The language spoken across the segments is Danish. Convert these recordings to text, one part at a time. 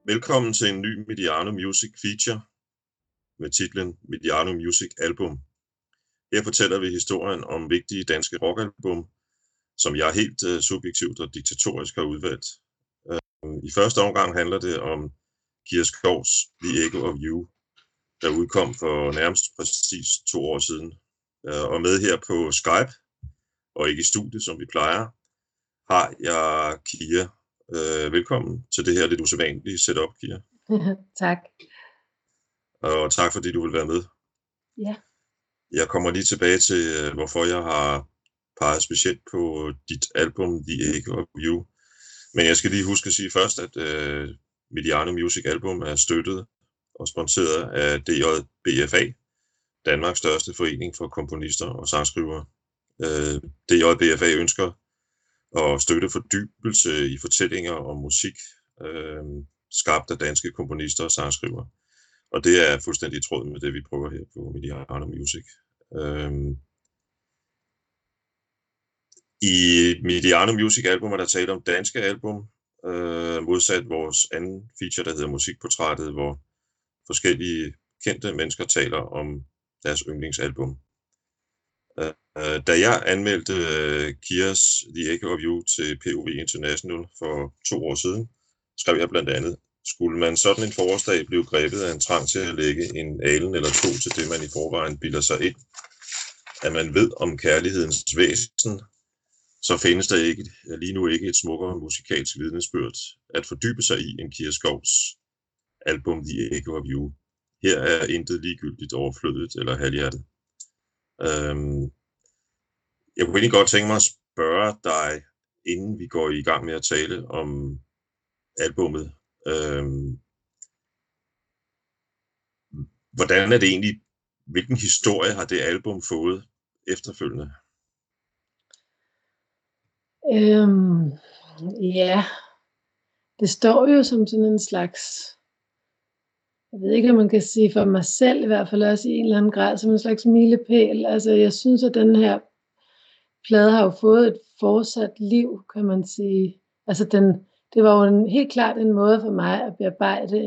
Velkommen til en ny Mediano Music feature med titlen Mediano Music Album. Her fortæller vi historien om vigtige danske rockalbum, som jeg helt subjektivt og diktatorisk har udvalgt. I første omgang handler det om Kira Skovs The Echo of You, der udkom for nærmest præcis 2 år siden. Og med her på Skype, og ikke i studiet, som vi plejer, har jeg Kira. Velkommen til det her lidt usædvanlige setup, Kira. Tak. Og tak fordi du vil være med. Ja. Jeg kommer lige tilbage til, hvorfor jeg har peget specielt på dit album The Echo of You. Men jeg skal lige huske at sige først, at Mediano Music Album er støttet og sponsoreret af DJBFA, Danmarks største forening for komponister og sangskrivere. DJBFA ønsker at støtte fordybelse i fortællinger om musik, skabt af danske komponister og sangskrivere. Og det er fuldstændig i tråd med det, vi prøver her på Mediano Music. I Mediano Music Album er der tale om danske album, modsat vores anden feature, der hedder Musikportrættet, hvor forskellige kendte mennesker taler om deres yndlingsalbum. Da jeg anmeldte Kiras The Echo of You til POV International for 2 år siden, skrev jeg blandt andet: skulle man sådan en forårsdag blive grebet af en trang til at lægge en alen eller 2 til det, man i forvejen bilder sig ind, at man ved om kærlighedens væsen, så findes der ikke, lige nu ikke et smukkere musikalsk vidnesbyrd at fordybe sig i en Kira Skovs album The Echo of You. Her er intet ligegyldigt, overflødigt eller halvhjertet. Jeg kunne egentlig godt tænke mig at spørge dig, inden vi går i gang med at tale om albummet. Hvordan er det egentlig, hvilken historie har det album fået efterfølgende? Ja, det står jo som sådan en slags, jeg ved ikke, om man kan sige for mig selv, i hvert fald også i en eller anden grad, som en slags milepæl. Altså, jeg synes, at den her plade har jo fået et fortsat liv, kan man sige. Altså, det var jo helt klart en måde for mig at bearbejde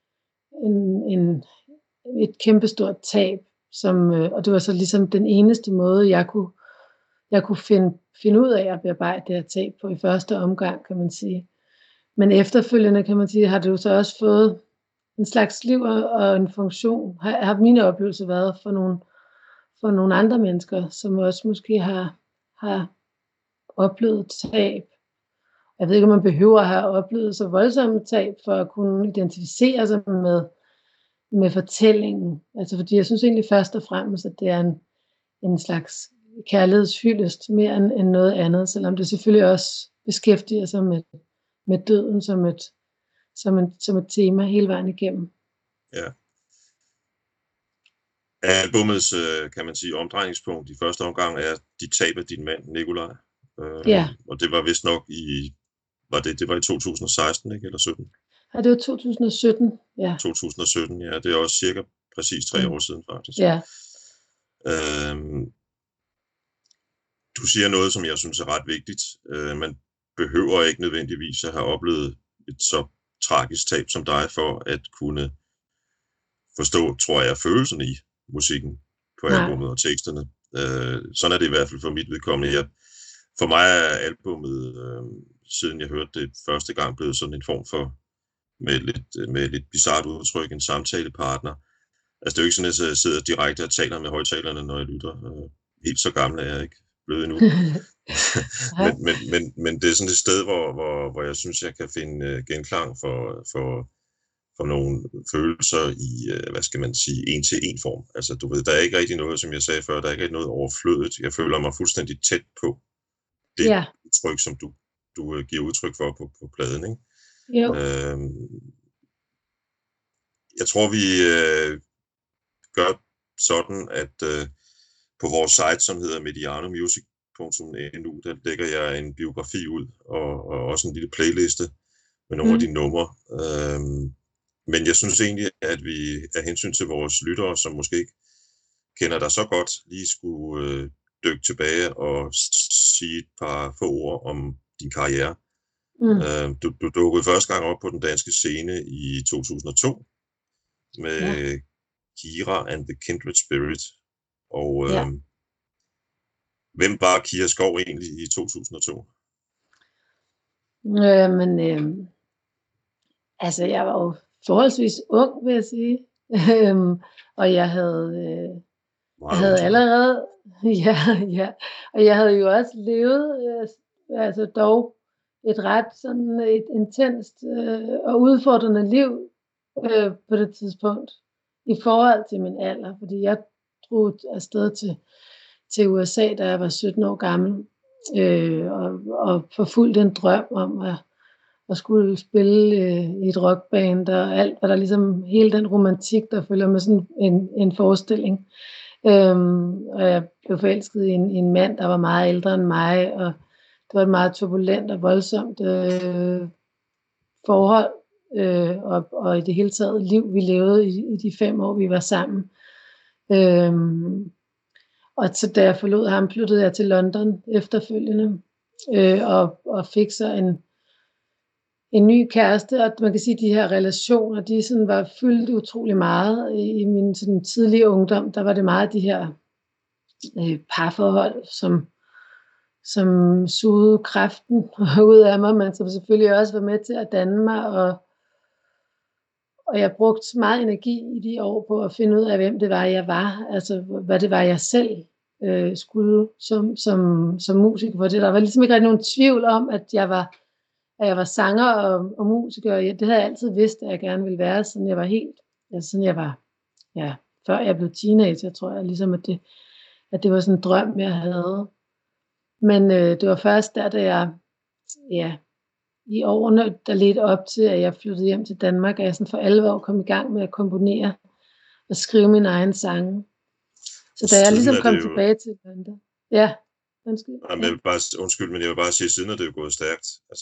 et kæmpestort tab, og det var så ligesom den eneste måde, jeg kunne finde ud af at bearbejde det her tab på i første omgang, kan man sige. Men efterfølgende, kan man sige, har det jo så også fået en slags liv og en funktion, har mine oplevelser været for nogle andre mennesker, som også måske har oplevet tab. Jeg ved ikke, om man behøver at have oplevet så voldsomme tab, for at kunne identificere sig med fortællingen. Altså, fordi jeg synes egentlig først og fremmest, at det er en slags kærlighedshyldest mere end noget andet, selvom det selvfølgelig også beskæftiger sig med døden som et tema hele vejen igennem. Ja. Albummets, kan man sige, omdrejningspunkt i første omgang er dit tab af din mand, Nikolaj. Ja. Og det var vist nok det var i 2016, ikke? Eller 17? Ja, det var 2017, ja. 2017, ja. Det er også cirka præcis 3 år siden, faktisk. Ja. Du siger noget, som jeg synes er ret vigtigt. Man behøver ikke nødvendigvis at have oplevet et så tragisk tab som dig, for at kunne forstå, tror jeg, følelsen i musikken på albummet og teksterne. Sådan er det i hvert fald for mit vedkommende. For mig er albummet, siden jeg hørte det første gang, blevet sådan en form for, med lidt bizarrt udtryk, en samtalepartner. Altså det er jo ikke sådan, at jeg sidder direkte og taler med højtalerne, når jeg lytter. Helt så gammel er jeg ikke blevet endnu. men det er sådan et sted, hvor jeg synes, jeg kan finde genklang for nogle følelser i, hvad skal man sige, en-til-en form. Altså du ved, der er ikke rigtig noget, som jeg sagde før, der er ikke rigtig noget overflødigt. Jeg føler mig fuldstændig tæt på det udtryk, som du giver udtryk for på pladen, ikke? Jo. Jeg tror, vi gør sådan, at på vores site, som hedder medianomusic.nu, der lægger jeg en biografi ud, og også en lille playliste med nogle af de numre. Men jeg synes egentlig, at vi af hensyn til vores lyttere, som måske ikke kender dig så godt, lige skulle dykke tilbage og sige et par få ord om din karriere. Du dukkede første gang op på den danske scene i 2002 med Kira and the Kindred Spirit. Og hvem var Kira Skov egentlig i 2002? Altså, jeg var jo forholdsvis ung, vil jeg sige. Og jeg havde allerede, og jeg havde jo også levet, altså dog et ret sådan et intenst og udfordrende liv på det tidspunkt i forhold til min alder, fordi jeg drog afsted til USA, da jeg var 17 år gammel, og forfulgte en drøm om at skulle spille i et rockband, og alt, hvad der ligesom, hele den romantik, der følger med sådan en forestilling. Og jeg blev forelsket i en mand, der var meget ældre end mig, og det var et meget turbulent og voldsomt forhold, og i det hele taget liv, vi levede i de 5 år, vi var sammen. Og så da jeg forlod ham, flyttede jeg til London efterfølgende, og fik så en ny kæreste, og man kan sige, at de her relationer, de sådan var fyldt utrolig meget. I min sådan tidlige ungdom, der var det meget de her parforhold, som sugede kræften ud af mig, men som selvfølgelig også var med til at danne mig, og jeg brugte meget energi i de år på at finde ud af, hvem det var, jeg var, altså hvad det var, jeg selv skulle som musiker, for det der var ligesom ikke rigtig nogen tvivl om, at jeg var sanger og musiker, og det havde jeg altid vidst, at jeg gerne ville være, siden jeg var før jeg blev teenager, tror jeg, ligesom at det var sådan en drøm, jeg havde. Men det var først der, da jeg, i årene, der ledte op til, at jeg flyttede hjem til Danmark, og jeg sådan for 11 år kom i gang med at komponere og skrive mine egne sange. Så da jeg ligesom kom tilbage til London. Ja, undskyld. Jamen, men jeg vil bare sige, siden at det er gået stærkt. Altså,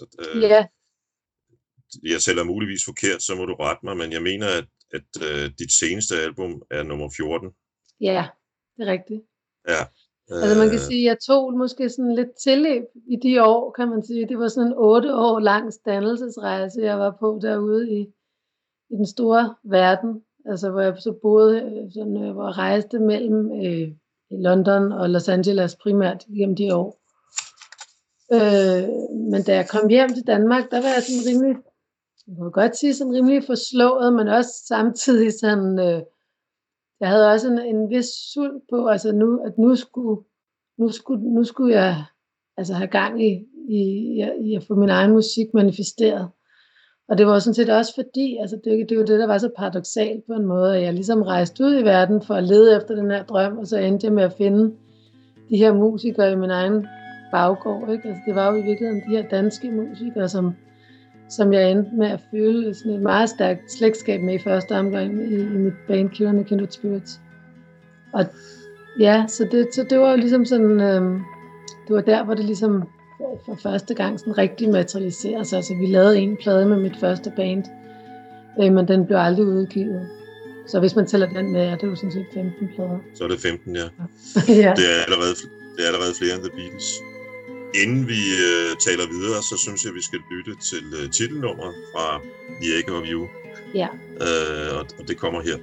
jeg tæller muligvis forkert, så må du rette mig, men jeg mener, at dit seneste album er nummer 14. Ja, det er rigtigt. Ja. Altså man kan sige, at jeg tog måske sådan lidt tilløb i de år, kan man sige. Det var sådan en 8 år lang dannelsesrejse, jeg var på derude i den store verden. Altså hvor jeg så boede, hvor jeg rejste mellem London og Los Angeles primært gennem de år. Men da jeg kom hjem til Danmark, der var jeg sådan rimelig, jeg kan godt sige sådan rimelig forslået, men også samtidig sådan... Jeg havde også en vis sult på, altså nu skulle jeg altså have gang i at få min egen musik manifesteret. Og det var sådan set også fordi, altså det var det, der var så paradoksalt på en måde, at jeg ligesom rejste ud i verden for at lede efter den her drøm, og så endte jeg med at finde de her musikere i min egen baggård, ikke? Altså det var jo i virkeligheden de her danske musikere, som jeg endte med at føle sådan et meget stærkt slægtskab med i første omgang i mit band Kira and the Kindred Spirits. Og ja, så det var jo ligesom sådan, det var der, hvor det ligesom for første gang sådan rigtig materialiserede sig. Altså vi lavede en plade med mit første band, men den blev aldrig udgivet. Så hvis man tæller den med, er det jo sådan set 15 plader. Så er det 15, ja. Ja. Det er allerede flere end The Beatles. Inden vi taler videre, så synes jeg, vi skal lytte til titelnummeret fra The Echo of You. Ja. Og det kommer her.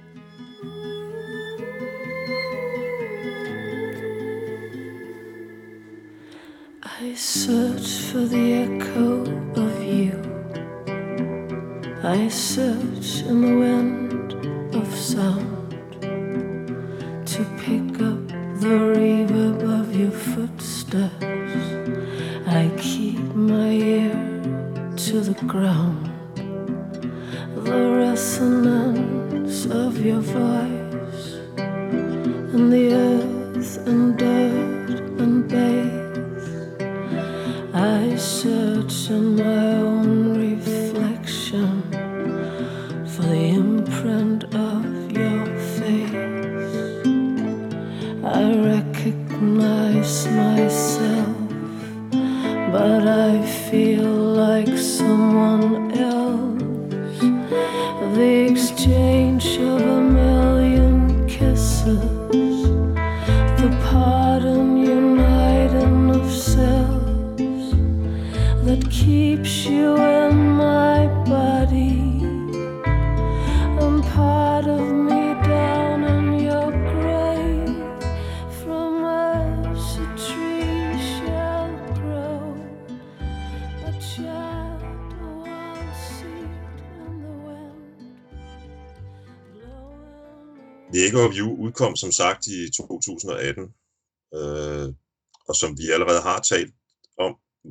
I search for the echo of you. I search in the wind of sound to pick up the reverb of your footsteps. I keep my ear to the ground, the resonance of your voice, and the earth and dirt and bathe. I search in my own reflection for the imprint of your face. I recognize myself, but I feel like someone else. The exchange of a million kisses, the pardon uniting of selves that keeps The Echo of You udkom som sagt i 2018, og som vi allerede har talt om,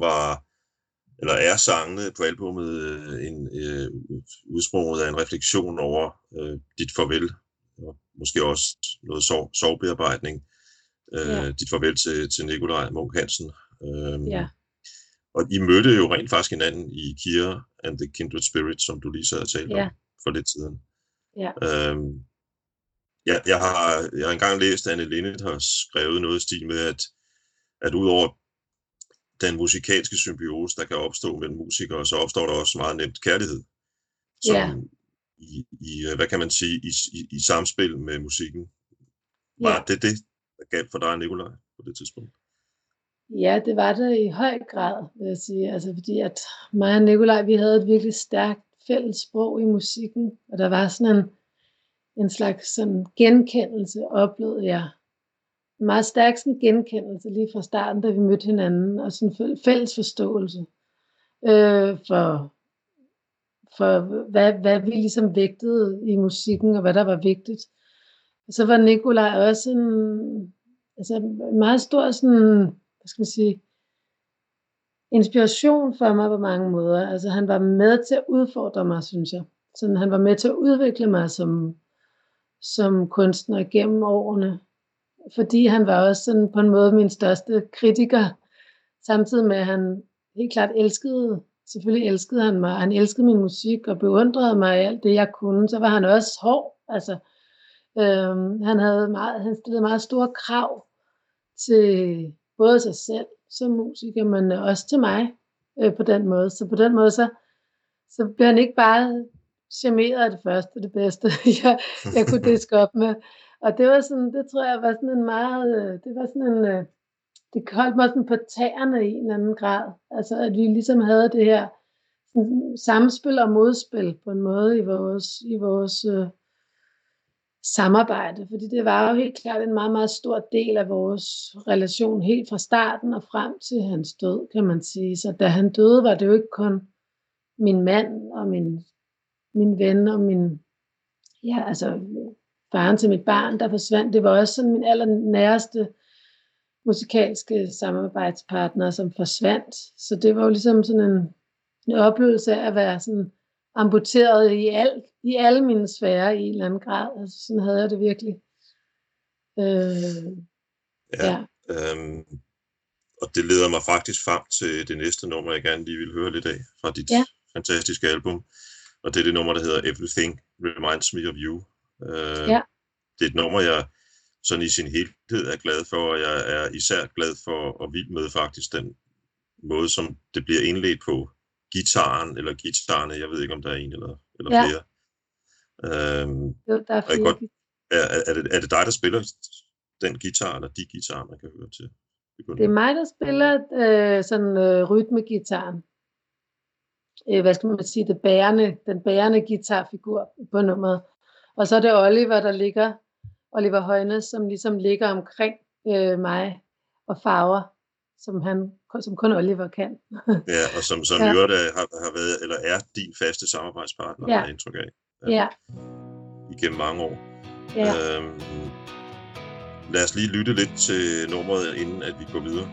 er sangene på albumet udsprunget af en refleksion over dit farvel, og måske også noget sorgbearbejdning. Dit farvel til Nikolaj Munch Hansen. Og I mødte jo rent faktisk hinanden i Kira and the Kindred Spirit, som du lige sad og talte om for lidt siden. Jeg har engang læst, at Anne Linnet har skrevet noget i stil med, at udover den musikalske symbiose, der kan opstå mellem musikere, så opstår der også meget nemt kærlighed. Som hvad kan man sige, i samspil med musikken. Var det, der galt for dig og Nikolaj på det tidspunkt? Ja, det var det i høj grad, vil jeg sige. Altså fordi at mig og Nikolaj, vi havde et virkelig stærkt fælles sprog i musikken, og der var sådan en slags sådan genkendelse, oplevede jeg. En meget stærk sådan genkendelse lige fra starten, da vi mødte hinanden, og sådan en fælles forståelse for hvad vi ligesom vægtede i musikken, og hvad der var vigtigt. Og så var Nikolaj også en meget stor sådan, hvad skal man sige, inspiration for mig på mange måder. Altså han var med til at udfordre mig, synes jeg. Sådan, han var med til at udvikle mig som kunstner gennem årene. Fordi han var også sådan på en måde min største kritiker. Samtidig med, at han helt klart selvfølgelig elskede han mig. Han elskede min musik og beundrede mig i alt det, jeg kunne. Så var han også hård. Altså, han stillede meget store krav til både sig selv som musiker, men også til mig på den måde. Så på den måde, så blev han ikke bare charmeret af det første, det bedste, jeg kunne diske op med. Og det var sådan, det tror jeg var sådan en meget, det var sådan en, det holdt mig sådan på tæerne i en eller anden grad. Altså at vi ligesom havde det her sådan, samspil og modspil på en måde i vores samarbejde. Fordi det var jo helt klart en meget, meget stor del af vores relation helt fra starten og frem til hans død, kan man sige. Så da han døde, var det jo ikke kun min mand og min ven og faren til mit barn, der forsvandt. Det var også sådan min allernæreste musikalske samarbejdspartner, som forsvandt. Så det var jo ligesom sådan en oplevelse af at være sådan amputeret i alle mine sfærer i en eller anden grad. Altså sådan havde jeg det virkelig. Og det leder mig faktisk frem til det næste nummer, jeg gerne lige vil høre lidt af fra dit fantastiske album. Og det er det nummer, der hedder Everything Reminds Me of You. Det er et nummer, jeg sådan i sin helhed er glad for, og jeg er især glad for og vild med faktisk den måde, som det bliver indledt på. Guitarerne, jeg ved ikke, om der er en eller flere. Jo, der er flere. Er det dig, der spiller den guitar, eller de guitarer, man kan høre til? Det er mig, der spiller rytmegitaren. Hvad skal man sige, den bærende guitarfigur på nummeret. Og så er det Oliver Højnes, som ligesom ligger omkring mig og farver, som kun Oliver kan. Ja, og som i øvrigt har været, eller er din faste samarbejdspartner, har jeg indtryk af. Ja. Igennem mange år. Ja. Lad os lige lytte lidt til nummeret, inden at vi går videre.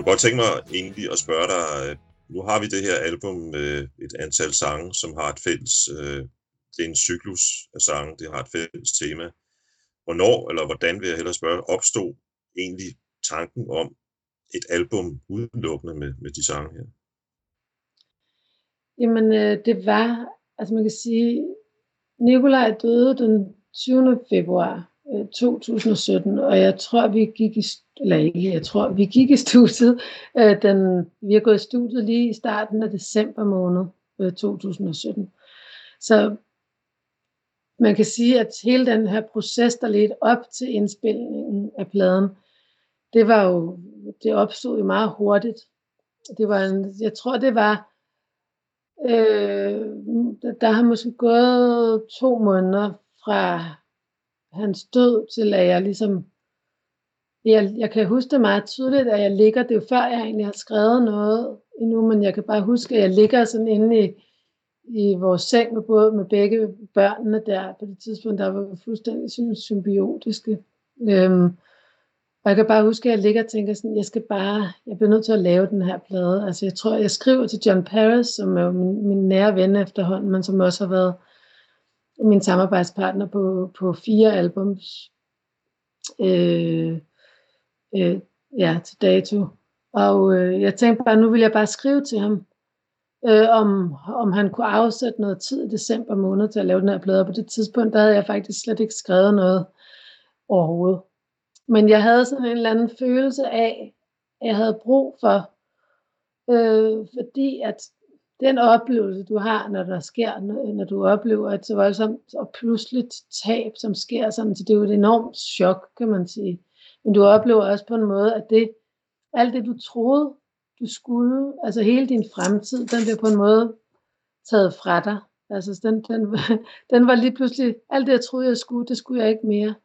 kunne godt tænke mig egentlig at spørge dig, nu har vi det her album med et antal sange, som har et fælles, det er en cyklus af sange, det har et fælles tema. Hvornår, eller hvordan vil jeg hellere spørge, opstod egentlig tanken om et album udelukkende med de sange her? Jamen, det var, altså man kan sige, Nikolaj døde den 20. februar 2017, og jeg tror, vi gik i studiet, vi har gået i studiet lige i starten af december måned 2017. Så man kan sige, at hele den her proces, der ledte op til indspilningen af pladen, det opstod jo meget hurtigt. Jeg tror, det var, der har måske gået 2 måneder fra hans død til, at jeg ligesom, jeg kan huske det meget tydeligt, at jeg ligger, det er jo før jeg egentlig har skrevet noget endnu, men jeg kan bare huske, at jeg ligger sådan inde i vores seng med begge børnene der. På det tidspunkt, der var vi fuldstændig symbiotiske. Og jeg kan bare huske, at jeg ligger og tænker sådan, jeg bliver nødt til at lave den her plade. Altså jeg tror, jeg skriver til John Paris, som er jo min nære ven efterhånden, men som også har været min samarbejdspartner på 4 albums til dato. Og jeg tænkte bare, nu vil jeg bare skrive til ham, om han kunne afsætte noget tid i december måned til at lave den her plade. Og på det tidspunkt, der havde jeg faktisk slet ikke skrevet noget overhovedet. Men jeg havde sådan en eller anden følelse af, at jeg havde brug for, fordi at den oplevelse, du har, når du oplever et så voldsomt og pludseligt tab, som sker sådan, så det er jo et enormt chok, kan man sige. Men du oplever også på en måde, at alt det, du troede, du skulle, altså hele din fremtid, den bliver på en måde taget fra dig. Altså den var lige pludselig, alt det, jeg troede, jeg skulle, det skulle jeg ikke mere.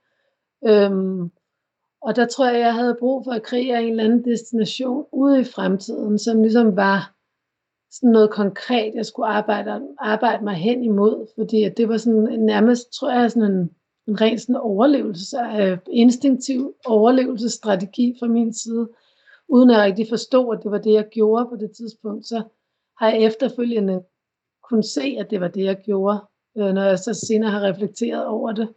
Og der tror jeg havde brug for at kreere en eller anden destination ude i fremtiden, som ligesom var sådan noget konkret, jeg skulle arbejde mig hen imod, fordi at det var sådan nærmest, tror jeg, sådan en ren sådan instinktiv overlevelsesstrategi fra min side, uden at jeg rigtig forstod, at det var det, jeg gjorde på det tidspunkt. Så har jeg efterfølgende kunne se, at det var det, jeg gjorde, når jeg så senere har reflekteret over det.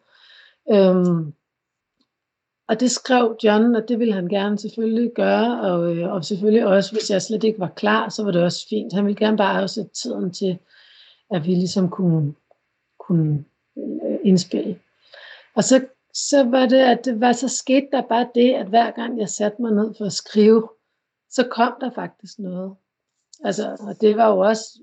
Og det skrev John, og det ville han gerne selvfølgelig gøre, og selvfølgelig også, hvis jeg slet ikke var klar, så var det også fint. Han ville gerne bare afsætte tiden til, at vi ligesom kunne indspille. Og så var det, at så skete der bare det, at hver gang jeg satte mig ned for at skrive, så kom der faktisk noget. Altså, og det var jo også,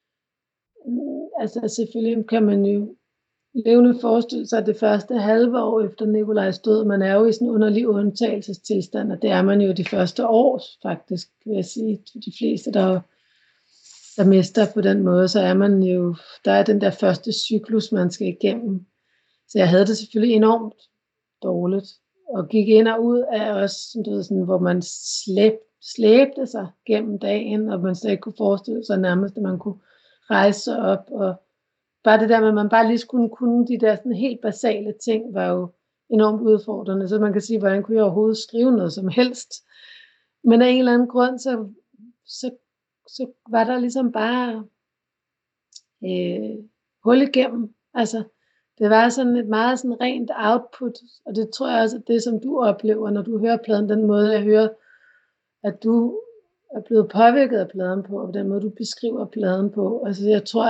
altså selvfølgelig kan man jo levende forestille sig, at det første halve år efter Nikolajs død, man er jo i sådan en underlig undtagelsestilstand, og det er man jo de første år faktisk, vil jeg sige, de fleste, der mister på den måde, så er man jo, der er den der første cyklus, man skal igennem. Så jeg havde det selvfølgelig enormt dårligt, og gik ind og ud af også, du ved, sådan, hvor man slæbte sig gennem dagen, og man slet ikke kunne forestille sig nærmest, at man kunne rejse sig op, og bare det der med, at man bare lige skulle kunne de der sådan helt basale ting, var jo enormt udfordrende. Så man kan sige, hvordan kunne jeg overhovedet skrive noget som helst. Men af en eller anden grund, så var der ligesom bare hul igennem. Altså, det var sådan et meget sådan rent output, og det tror jeg også, at det som du oplever, når du hører pladen, den måde jeg hører, at du er blevet påvirket af pladen på, og den måde du beskriver pladen på. Altså jeg tror,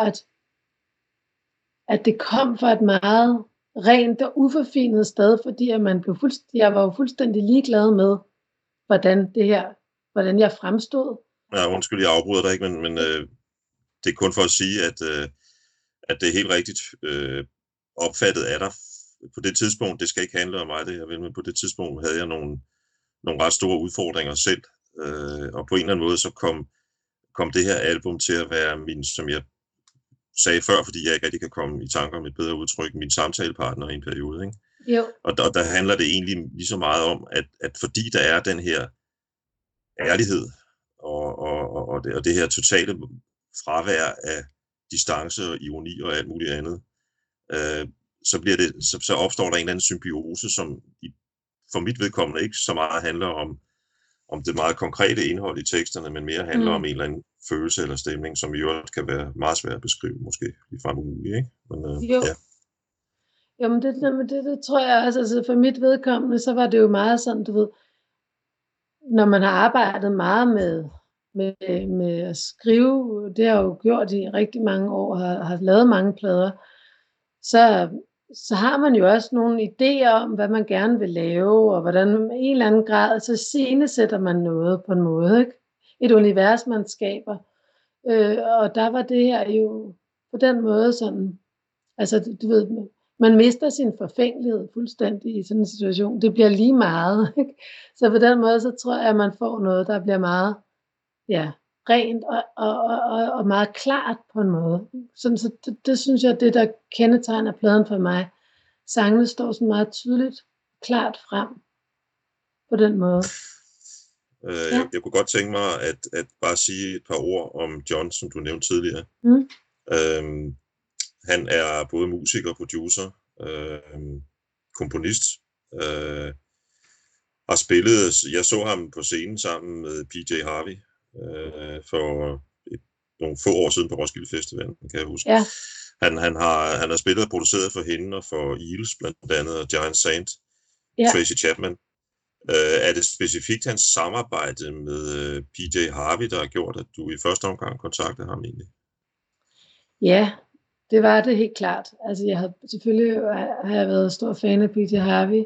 at det kom fra et meget rent og uforfinet sted, fordi at jeg var jo fuldstændig ligeglad med, hvordan jeg fremstod. Ja, undskyld, jeg afbryder dig ikke, men det er kun for at sige, at det er helt rigtigt opfattet af dig. På det tidspunkt, det skal ikke handle om mig, det her, men på det tidspunkt havde jeg nogle ret store udfordringer selv, og på en eller anden måde så kom det her album til at være min, som jeg sagde før, fordi jeg ikke rigtig kan komme i tanker om et bedre udtryk, min samtalepartner i en periode, ikke? Jo. Og der handler det egentlig lige så meget om, at fordi der er den her ærlighed, og det her totale fravær af distance og ironi og alt muligt andet, så opstår der en eller anden symbiose, som for mit vedkommende ikke så meget handler om det meget konkrete indhold i teksterne, men mere handler om en eller anden følelse eller stemning, som i øvrigt kan være meget svært at beskrive, måske ligefrem umuligt, ikke? Men, Jo. ja. Jamen det tror jeg også, altså for mit vedkommende, så var det jo meget sådan, du ved, når man har arbejdet meget med at skrive, det har jeg jo gjort i rigtig mange år, har lavet mange plader, så har man jo også nogle idéer om, hvad man gerne vil lave, og hvordan i en eller anden grad, så scenesætter man noget på en måde, ikke? Et univers, man skaber. Og der var det her jo på den måde sådan, altså du ved, man mister sin forfængelighed fuldstændig i sådan en situation. Det bliver lige meget, ikke? Så på den måde, så tror jeg, at man får noget, der bliver meget, ja, rent og meget klart på en måde. Sådan, så det synes jeg, det der kendetegner pladen for mig. Sangene står sådan meget tydeligt, klart frem på den måde. Jeg kunne godt tænke mig at bare sige et par ord om John, som du nævnte tidligere. Han er både musiker, producer, komponist. Har spillet, jeg så ham på scenen sammen med PJ Harvey for nogle få år siden på Roskilde Festival, kan jeg huske. Ja. Han har spillet og produceret for hende og for Eels blandt andet, og Giant Saint, Tracy Chapman. Er det specifikt hans samarbejde med PJ Harvey, der har gjort, at du i første omgang kontaktede ham egentlig? Ja, det var det helt klart. Altså selvfølgelig har jeg været stor fan af PJ Harvey.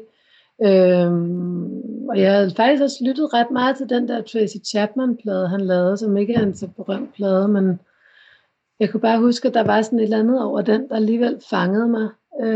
Og jeg havde faktisk også lyttet ret meget til den der Tracy Chapman-plade, han lavede, som ikke er en så berømt plade, men jeg kunne bare huske, at der var sådan et eller andet over den, der alligevel fangede mig.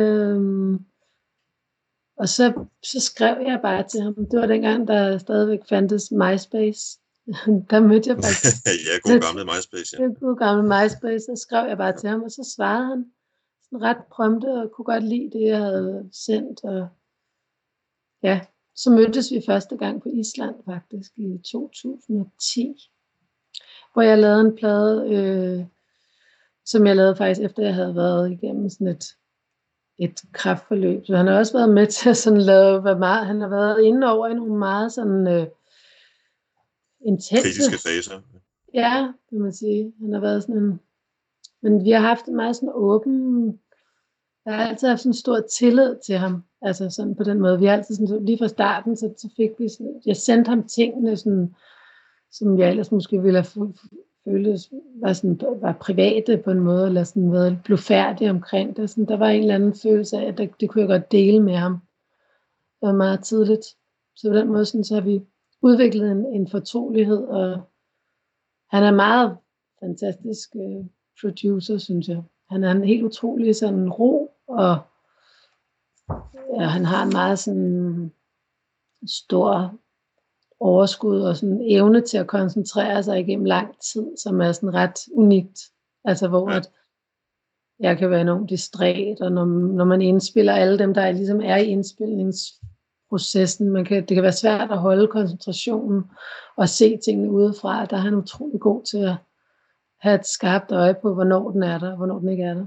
Og så skrev jeg bare til ham. Det var dengang, der stadigvæk fandtes MySpace. Der mødte jeg faktisk... ja, god gamle MySpace. Ja. God gamle MySpace. Så skrev jeg bare til ham, og så svarede han sådan ret prompte, og kunne godt lide det, jeg havde sendt. Og ja, så mødtes vi første gang på Island faktisk i 2010, hvor jeg lavede en plade, som jeg lavede faktisk efter jeg havde været igennem sådan et kræftforløb. Så han har også været med til at sådan lave, han har været inde over i nogle meget sådan intense... kritiske faser. Ja, vil man sige. Han har været sådan en... Men vi har haft en meget sådan åben... Jeg har altid haft sådan en stor tillid til ham. Altså sådan på den måde. Vi har altid sådan, lige fra starten, så fik vi sådan... Jeg sendte ham tingene, sådan, som jeg ellers måske ville have føltes var private på en måde, eller sådan været blufærdig omkring det. Sådan, der var en eller anden følelse af, at det kunne jeg godt dele med ham. Det var meget tidligt. Så på den måde, sådan, så har vi udviklet en fortrolighed, og han er meget fantastisk producer, synes jeg. Han er en helt utrolig sådan ro, og ja, han har en meget sådan stor overskud og sådan evne til at koncentrere sig igennem lang tid, som er sådan ret unikt. Altså hvor at jeg kan være enormt distræt, og når man indspiller alle dem, der ligesom er i indspilningsprocessen, det kan være svært at holde koncentrationen og se tingene udefra. Der er han utrolig god til at have et skarpt øje på, hvornår den er der, og hvornår den ikke er der.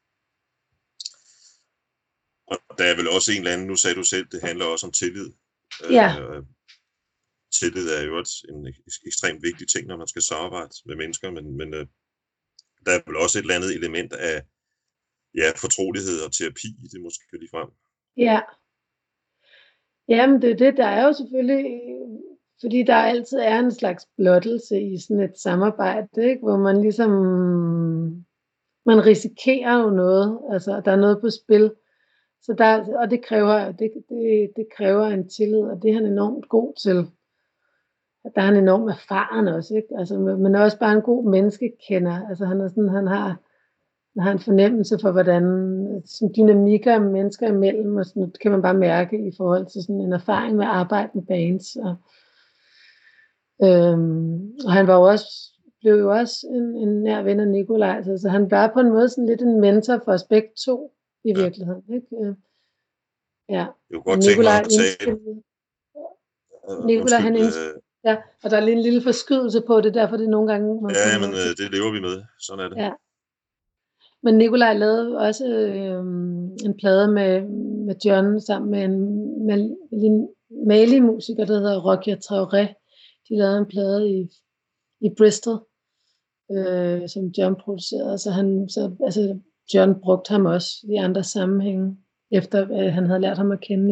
Og der er vel også en eller anden, nu sagde du selv, det handler også om tillid. Ja. Tillid er jo også en ekstremt vigtig ting, når man skal samarbejde med mennesker, men der er vel også et eller andet element af fortrolighed og terapi i det måske ligefrem. Ja. Jamen det er det, der er jo selvfølgelig, fordi der altid er en slags blottelse i sådan et samarbejde, ikke? Hvor man ligesom, man risikerer jo noget, altså der er noget på spil. Så og det kræver en tillid, og det er han enormt god til. Der er han enormt erfaren også, ikke? Altså, men også bare en god menneskekender. Altså han har en fornemmelse for, hvordan sådan dynamikker mennesker imellem, og sådan, det kan man bare mærke i forhold til sådan en erfaring med at arbejde med bands. Og han blev jo også en nær ven af Nikolaj, så han var på en måde sådan lidt en mentor for os begge to i virkeligheden, ikke? Ja. Jeg kunne godt tænke mig at tale. Nikolaj, han ja, og der er en lille forskydelse på det, derfor det nogle gange... Ja, men det lever vi med. Sådan er det. Ja. Men Nikolaj lavede også en plade med John sammen med en Mali-musiker, der hedder Rokia Traoré, De lavede en plade i Bristol, som John producerede, så John brugte ham også i andre sammenhænge, efter han havde lært ham at kende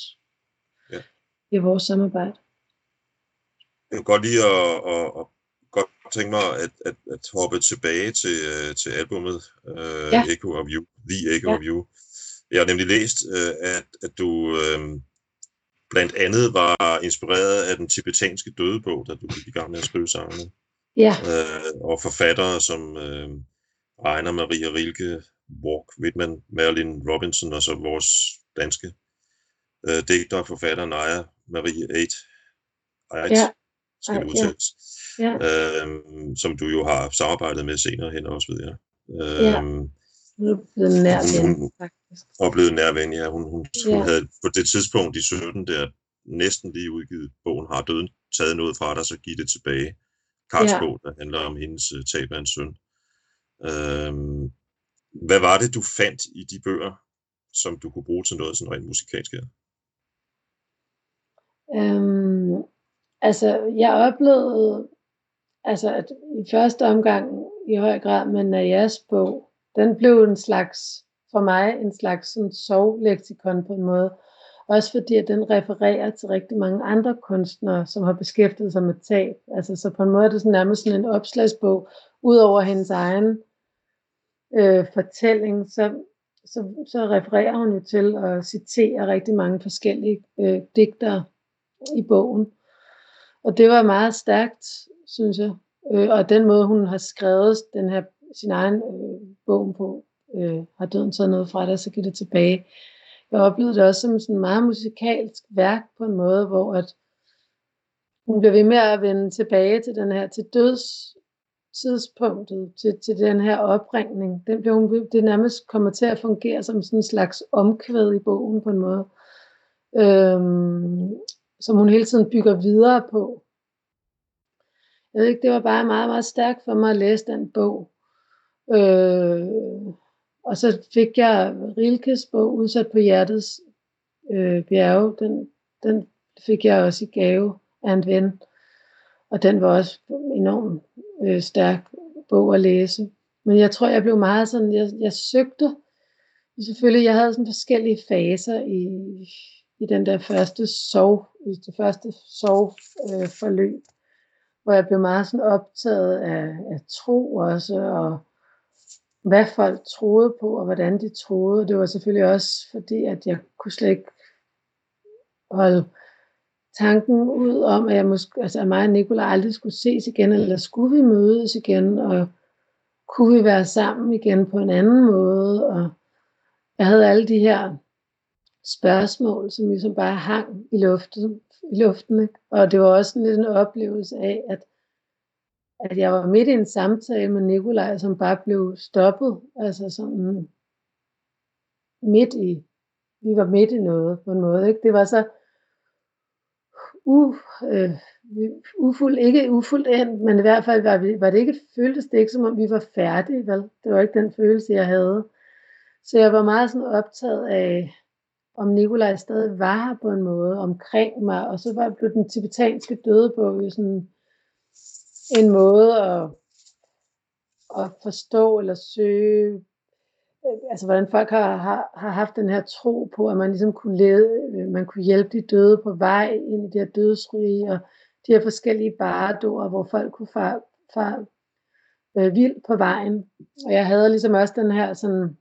i vores samarbejde. Jeg kunne godt lide at godt tænke mig at hoppe tilbage til albumet Echo of You, The Echo of You. Jeg har nemlig læst, at du blandt andet var inspireret af den tibetanske dødebog, da du gik i gang med at skrive sangene. Ja. Og forfattere som Ejner Maria Rilke, Walk Whitman, Marilyn Robinson og så vores danske digter og forfatter Naja Marie Aidt, skal det udtales, som du jo har samarbejdet med senere hen også, ved jeg. Blevet nær ven, faktisk. Og blevet nær ven, ja. Hun havde på det tidspunkt i 17 der næsten lige udgivet bogen Har døden taget noget fra dig, så giv det tilbage. Karls bog, der handler om hendes tab af en søn. Hvad var det, du fandt i de bøger, som du kunne bruge til noget sådan rent musikalsk her? Jeg oplevede, at i første omgang i høj grad med Najas bog, den blev for mig en slags sådan sovleksikon på en måde. Også fordi, at den refererer til rigtig mange andre kunstnere, som har beskæftiget sig med tab. Så på en måde er det nærmest sådan en opslagsbog. Udover hendes egen fortælling, så refererer hun jo til at citere rigtig mange forskellige digtere i bogen. Og det var meget stærkt, synes jeg. Og den måde, hun har skrevet sin egen bog på, Har døden taget noget fra dig, så giv det tilbage. Jeg oplevede det også som sådan et meget musikalsk værk på en måde, hvor at hun bliver ved med at vende tilbage til den her, til dødstidspunktet, til den her opringning. Det nærmest kommer til at fungere som sådan en slags omkvæd i bogen på en måde, som hun hele tiden bygger videre på. Jeg ved ikke, det var bare meget, meget stærkt for mig at læse den bog. Og så fik jeg Rilkes bog, Udsat på hjertets bjerge. Den fik jeg også i gave af en ven. Og den var også enormt stærk bog at læse. Men jeg tror, jeg blev meget sådan, jeg søgte. Selvfølgelig, jeg havde sådan forskellige faser i den der første sorgforløb, hvor jeg blev meget sådan optaget af tro også, og hvad folk troede på, og hvordan de troede. Det var selvfølgelig også fordi, at jeg kunne slet ikke holde tanken ud om, at at mig og Nicolai aldrig skulle ses igen, eller skulle vi mødes igen, og kunne vi være sammen igen på en anden måde. Og jeg havde alle de her spørgsmål, som ligesom bare hang i luften. Ikke? Og det var også lidt en oplevelse af, at jeg var midt i en samtale med Nicolai, som bare blev stoppet. Altså sådan vi var midt i noget på en måde. Ikke? Det var så ikke ufuldt endt, men i hvert fald var det ikke, føltes det ikke som om vi var færdige, vel? Det var ikke den følelse, jeg havde. Så jeg var meget sådan optaget af, om Nicolai stadig var her på en måde omkring mig, og så blev den tibetanske dødebog jo sådan en måde at forstå eller søge, altså hvordan folk har haft den her tro på, at man ligesom man kunne hjælpe de døde på vej ind i det her dødsrige, og de her forskellige bardoer, hvor folk kunne fare vildt på vejen. Og jeg havde ligesom også den her sådan,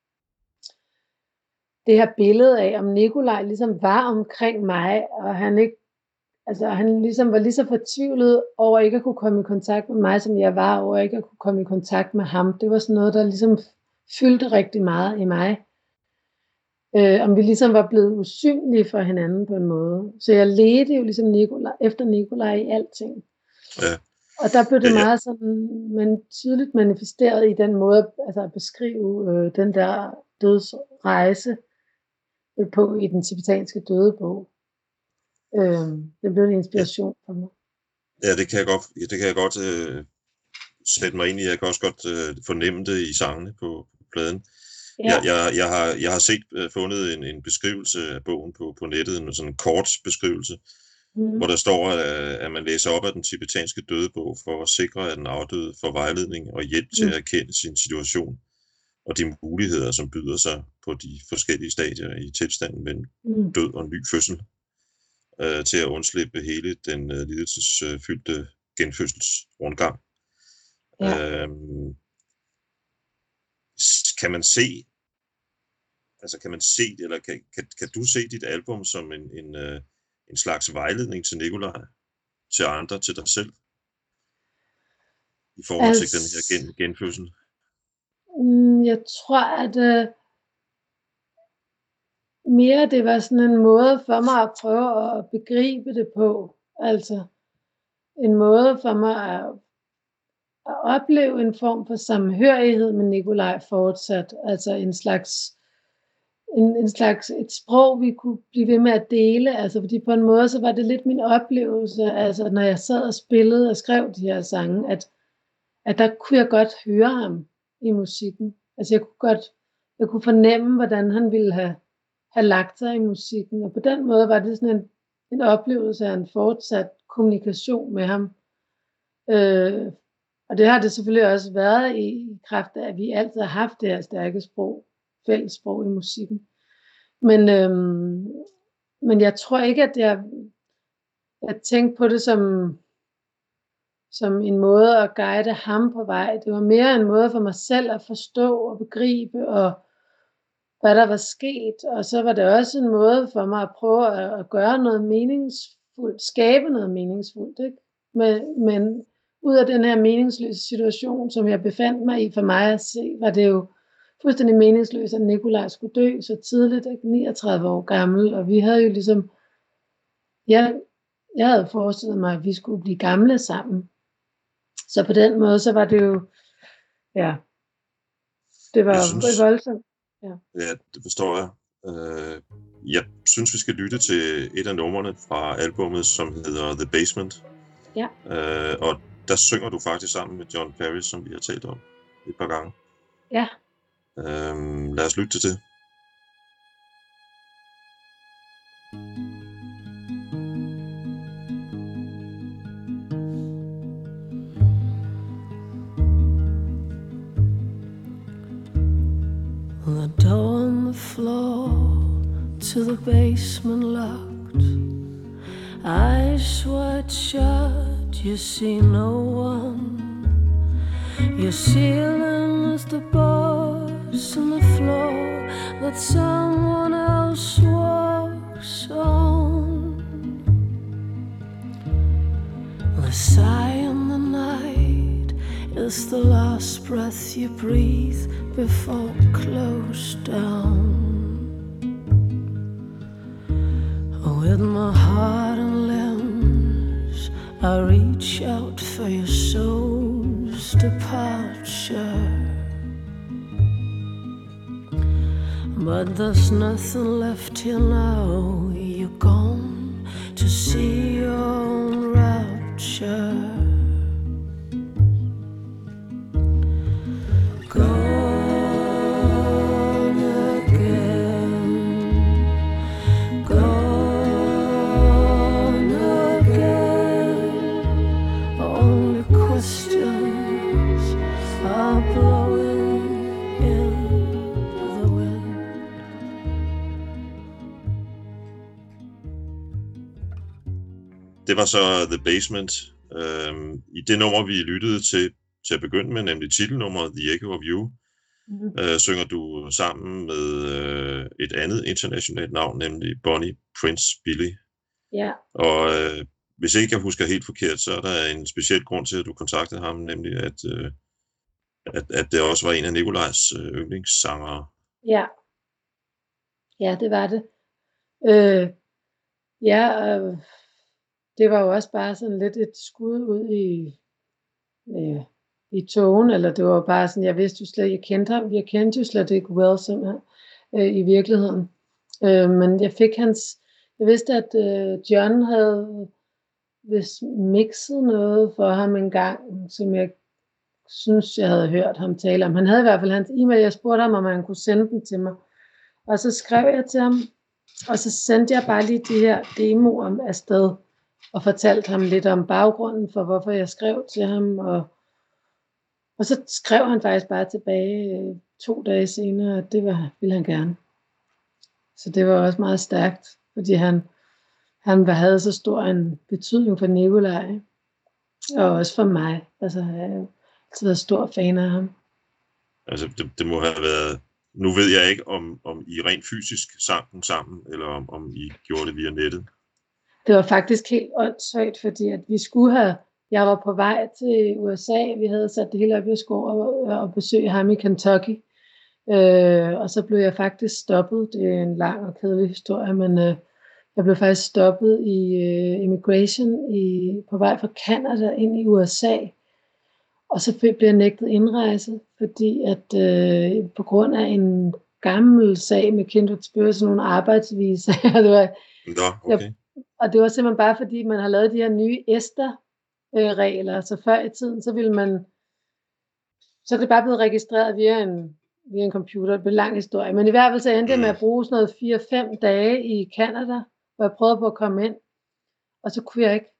det her billede af, om Nicolai ligesom var omkring mig, og han ligesom var lige så fortvivlet over ikke at kunne komme i kontakt med mig, som jeg var over ikke at kunne komme i kontakt med ham. Det var sådan noget, der ligesom fyldte rigtig meget i mig. Om vi ligesom var blevet usynlige for hinanden på en måde. Så jeg ledte jo ligesom efter Nicolai i alting. Ja. Og der blev det meget sådan, tydeligt manifesteret i den måde, altså at beskrive den der dødsrejse på i den tibetanske dødebog. Det blev en inspiration for mig. Ja, det kan jeg godt sætte mig ind i. Jeg kan også godt fornemme det i sangene på pladen. Ja. Jeg har fundet en beskrivelse af bogen på nettet, en sådan kort beskrivelse, hvor der står, at man læser op af den tibetanske dødebog for at sikre, at den afdøde får vejledning og hjælp til at erkende sin situation og de muligheder, som byder sig på de forskellige stadier i tilstanden mellem død og ny fødsel, til at undslippe hele den lidelsesfyldte genfødselsrundgang. Ja. Kan man se, eller kan du se dit album som en slags vejledning til Nikolaj, til andre, til dig selv, i forhold til den her genfødsel? Jeg tror, at mere det var sådan en måde for mig at prøve at begribe det på. Altså en måde for mig at opleve en form for samhørighed med Nikolaj fortsat. Altså en slags et sprog, vi kunne blive ved med at dele. Altså fordi på en måde, så var det lidt min oplevelse, altså når jeg sad og spillede og skrev de her sange, at der kunne jeg godt høre ham i musikken. Altså jeg kunne fornemme, hvordan han ville have lagt sig i musikken, og på den måde var det sådan en oplevelse af en fortsat kommunikation med ham. Og det har det selvfølgelig også været i kraft af, at vi altid har haft det her stærke sprog, fælles sprog i musikken. Men jeg tror ikke, at jeg tænkte på det som en måde at guide ham på vej. Det var mere en måde for mig selv at forstå og begribe, og hvad der var sket. Og så var det også en måde for mig at prøve at gøre noget meningsfuldt, skabe noget meningsfuldt. Ikke? Men ud af den her meningsløse situation, som jeg befandt mig i, for mig at se, var det jo fuldstændig meningsløst, at Nikolaj skulle dø så tidligt, 39 år gammel. Og vi havde jo ligesom, jeg havde forestillet mig, at vi skulle blive gamle sammen. Så på den måde, så var det jo, ja, det var voldsomt. Ja, det forstår jeg. Jeg synes, vi skal lytte til et af numrene fra albumet, som hedder The Basement. Ja. Og der synger du faktisk sammen med John Paris, som vi har talt om et par gange. Ja. Lad os lytte til det. The door on the floor to the basement locked. Eyes wide shut, you see no one. Your ceiling is the bars on the floor that someone else walks on. The sigh in the night is the last breath you breathe before close down. With my heart and limbs, I reach out for your soul's departure. But there's nothing left here now. You're gone to see your own rapture. Det var så The Basement. I det nummer, vi lyttede til at begynde med, nemlig titelnummeret The Echo of You, synger du sammen med et andet internationalt navn, nemlig Bonnie Prince Billy. Ja. Og hvis ikke jeg husker helt forkert, så er der en speciel grund til, at du kontaktede ham, nemlig at det også var en af Nikolajs yndlingssangere. Ja. Ja, det var det. Det var jo også bare sådan lidt et skud ud i togen, eller det var bare sådan, jeg vidste jo slet, jeg kendte ham, jeg kendte jo slet ikke Well simpelthen, i virkeligheden. Men jeg vidste, at John havde vist mixet noget for ham en gang, som jeg synes, jeg havde hørt ham tale om. Han havde i hvert fald hans e-mail, jeg spurgte ham, om han kunne sende den til mig. Og så skrev jeg til ham, og så sendte jeg bare lige de her demoer afsted. og fortalte ham lidt om baggrunden for, hvorfor jeg skrev til ham, og så skrev han faktisk bare tilbage 2 dage senere, at det ville han gerne. Så det var også meget stærkt, fordi han havde så stor en betydning for Nikolaj, og også for mig. Altså, jeg har altid været stor fan af ham. Altså, det må have været... Nu ved jeg ikke, om I rent fysisk sang den sammen, eller om I gjorde det via nettet. Det var faktisk helt åndssvagt, fordi at jeg var på vej til USA, vi havde sat det hele op, jeg skulle over og besøge ham i Kentucky, og så blev jeg faktisk stoppet. Det er en lang og kedelig historie, men jeg blev faktisk stoppet i immigration på vej fra Canada ind i USA, og så blev jeg nægtet indrejse, fordi at på grund af en gammel sag med Kindred Spirit, sådan nogle arbejdsvisa, okay. Og det var simpelthen bare fordi, man har lavet de her nye ESTA-regler, så før i tiden, så er det bare blevet registreret via en computer. Det blev en lang historie, men i hvert fald så endte jeg med at bruge sådan noget 4-5 dage i Canada, hvor jeg prøvede på at komme ind, og så kunne jeg ikke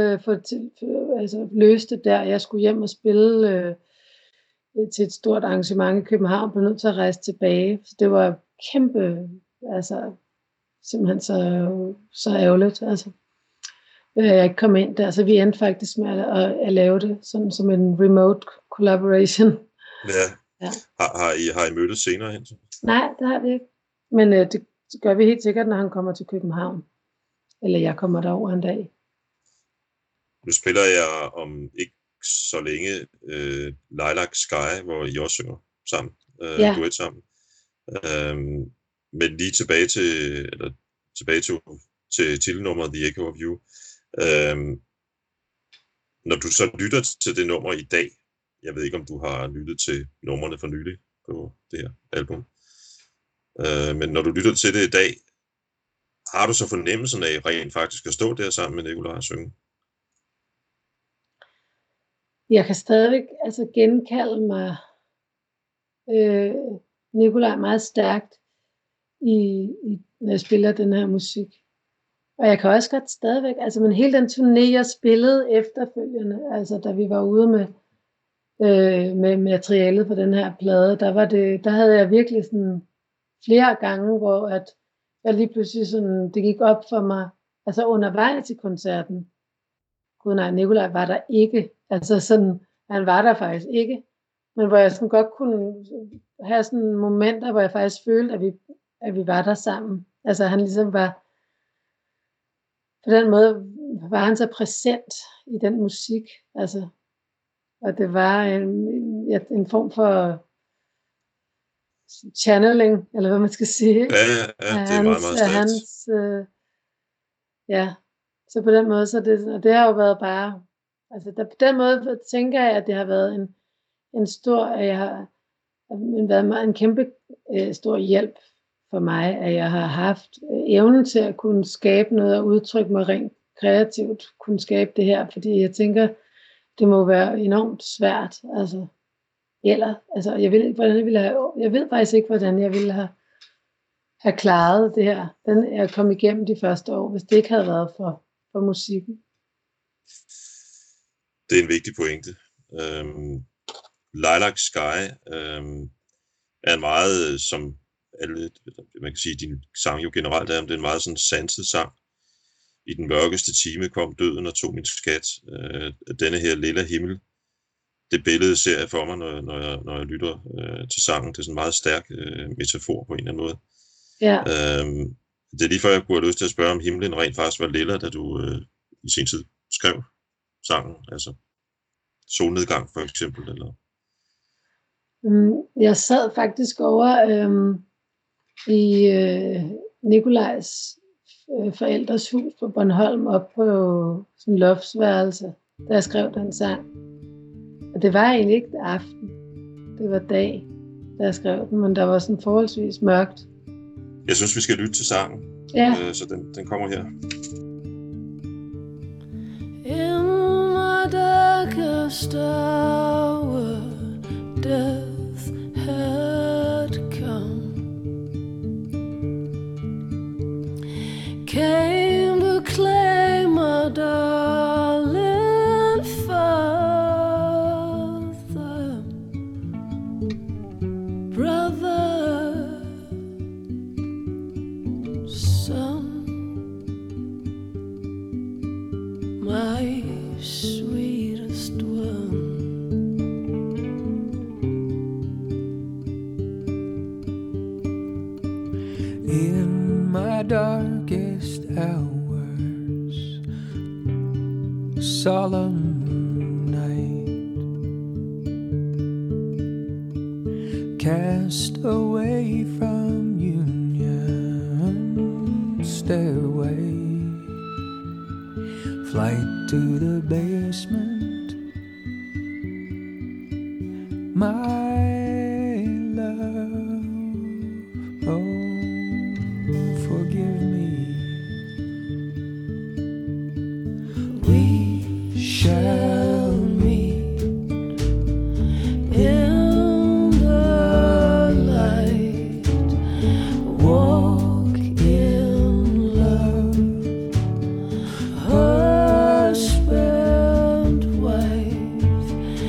løse det der. Jeg skulle hjem og spille til et stort arrangement i København, blev nødt til at rejse tilbage, så det var kæmpe, simpelthen så ærgerligt, jeg ikke kom ind der, så vi endte faktisk med at lave det sådan som en remote collaboration. Ja. Har I mødtes senere hen? Nej, det har vi ikke, men det gør vi helt sikkert, når han kommer til København, eller jeg kommer derover en dag. Nu spiller jeg om ikke så længe Lilac Sky, hvor I også synger sammen, duet sammen. Men lige tilbage til titelnummeret The Echo of You. Når du så lytter til det nummer i dag, jeg ved ikke om du har lyttet til numrene for nylig på det her album, men når du lytter til det i dag, har du så fornemmelsen af rent faktisk at stå der sammen med Nikolaj og synge? Jeg kan stadigvæk genkalde mig Nikolaj meget stærkt, når jeg spiller den her musik. Og jeg kan også godt stadigvæk, men hele den turné, jeg spillede efterfølgende, da vi var ude med materialet på den her plade, der havde jeg virkelig sådan flere gange, hvor at jeg lige pludselig sådan, det gik op for mig, undervejs i koncerten. Gud nej, Nikolaj var der ikke. Han var der faktisk ikke. Men hvor jeg sådan godt kunne have sådan momenter, hvor jeg faktisk følte, at vi var der sammen. Han ligesom var, på den måde var han så præsent i den musik. Og det var en form for channeling, eller hvad man skal sige. Ja, det er meget stærkt. Så på den måde, og det har jo været bare, på den måde tænker jeg, at det har været en stor, været en kæmpe stor hjælp for mig, at jeg har haft evnen til at kunne skabe noget og udtrykke mig rent kreativt, kunne skabe det her, fordi jeg tænker, det må være enormt svært, jeg ved faktisk ikke, hvordan jeg ville have klaret det her, jeg kom igennem de første år, hvis det ikke havde været for musikken. Det er en vigtig pointe. Lilac Sky er en meget, som alle, man kan sige, din sang jo generelt er, det er en meget sådan sanset sang. I den mørkeste time kom døden og tog min skat. Denne her lille himmel. Det billede ser jeg for mig, når jeg lytter til sangen. Det er sådan en meget stærk metafor på en eller anden måde. Ja. Det er lige før, jeg kunne have lyst til at spørge, om himlen rent faktisk var lilla, da du i sin tid skrev sangen. Solnedgang for eksempel, eller? Jeg sad faktisk over i Nikolajs forældres hus på Bornholm, op på sådan en loftsværelse, da jeg skrev den sang. Og det var egentlig ikke aften, det var dag, da jeg skrev den, men der var sådan forholdsvis mørkt. Jeg synes, vi skal lytte til sangen, så den kommer her. In my darkest hour, death had come, came to claim my darling father, brother, son, my sweetest one. In my darkest hours, solemn night, cast away from union stairway, flight to the basement, my love, oh, forgive me. We shall meet in the light, walk in love, husband, wife,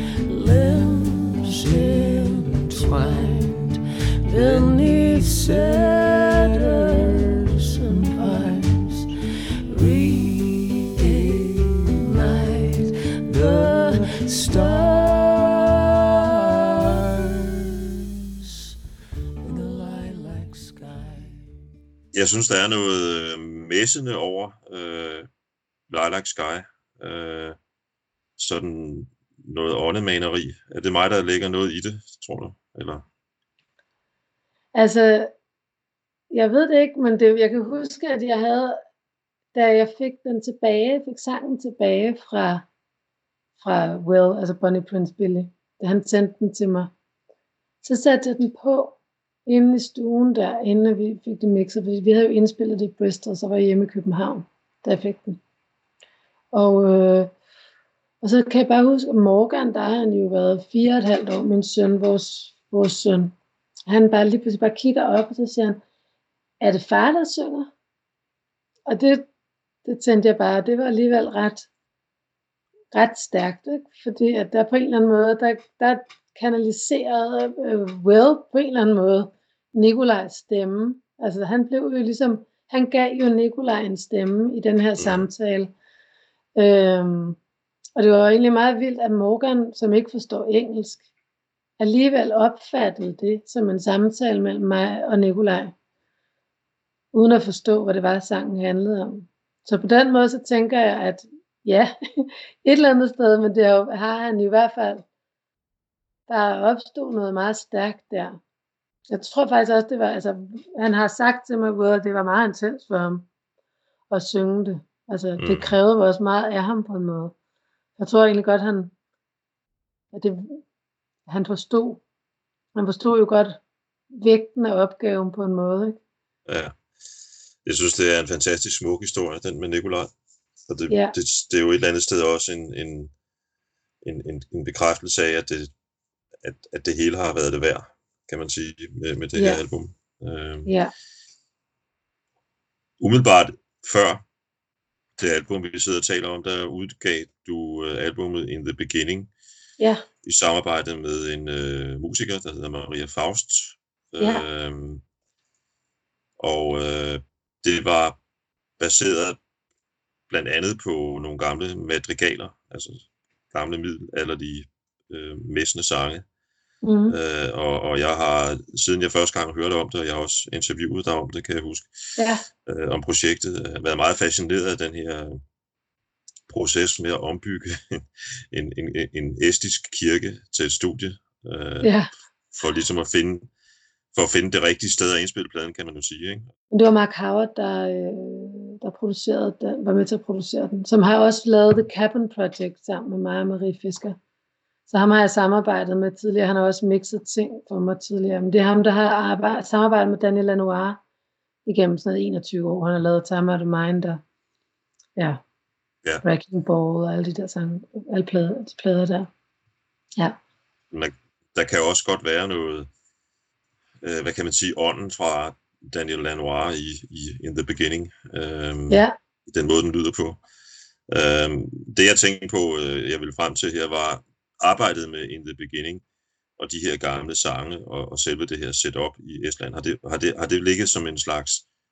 limbs entwined beneath cedars and pines, reignite the stars in the lilac sky. Jeg synes, der er noget messende over Lilac Sky. Sådan noget åndemaneri. Er det mig, der lægger noget i det, tror du? Eller? Altså, jeg ved det ikke, men jeg kan huske, at jeg havde, da jeg fik sangen tilbage fra Will, altså Bonnie Prince Billy, da han sendte den til mig, så satte jeg den på inde i stuen der, inden vi fik det mixet, fordi vi havde jo indspillet det i Bristol, så var jeg hjemme i København, da jeg fik den. Og så kan jeg bare huske, at Morgan, der har han jo været 4,5 år, min søn, vores søn. Han bare lige pludselig bare kigger op, og så siger han, er det far, der synger? Og det tænkte jeg bare, det var alligevel ret stærkt, ikke? Fordi at der på en eller anden måde, der kanaliserede Will på en eller anden måde Nikolajs stemme. Altså han blev jo ligesom, han gav jo Nikolaj en stemme i den her samtale. Og det var jo egentlig meget vildt, at Morgan, som ikke forstår engelsk, alligevel opfattede det som en samtale mellem mig og Nikolaj, uden at forstå, hvad det var, sangen handlede om. Så på den måde, så tænker jeg, at ja, et eller andet sted, men det har han i hvert fald, der opstod noget meget stærkt der. Jeg tror faktisk også, det var, altså, han har sagt til mig, at det var meget intens for ham at synge det. Altså, det krævede også meget af ham på en måde. Jeg tror egentlig godt, han forstod jo godt vægten af opgaven på en måde, ikke? Ja. Jeg synes, det er en fantastisk smuk historie, den med Nikolaj. Og det er jo et eller andet sted også en bekræftelse af, at det hele har været det værd, kan man sige, med det her album. Umiddelbart før det album, vi sidder og taler om, der udgav du albumet In the Beginning i samarbejde med en musiker, der hedder Maria Faust. Det var baseret blandt andet på nogle gamle madrigaler, altså gamle middelalderlige messende sange. Og jeg har, siden jeg første gang hørte om det, og jeg har også interviewet dig om det, kan jeg huske, om projektet, været meget fascineret af den her proces med at ombygge en estisk kirke til et studie, for ligesom at finde det rigtige sted at indspille pladen, kan man jo sige, ikke? Det var Mark Howard, der producerede den, var med til at producere den, som har også lavet The Cabin Project sammen med mig og Marie Fisker. Så ham har jeg samarbejdet med tidligere. Han har også mixet ting for mig tidligere. Men det er ham, der har samarbejdet med Daniel Lanois igennem sådan 21 år. Han har lavet Time Out of Mind og Wrecking Ball og alle de der sange, alle plader der. Ja. Men der kan jo også godt være noget, hvad kan man sige, ånden fra Daniel Lanois i In the Beginning. Den måde, den lyder på. Det jeg tænkte på, jeg ville frem til her, var arbejdet med In the Beginning og de her gamle sange og selve det her setup i Estland. Har det ligget som en slags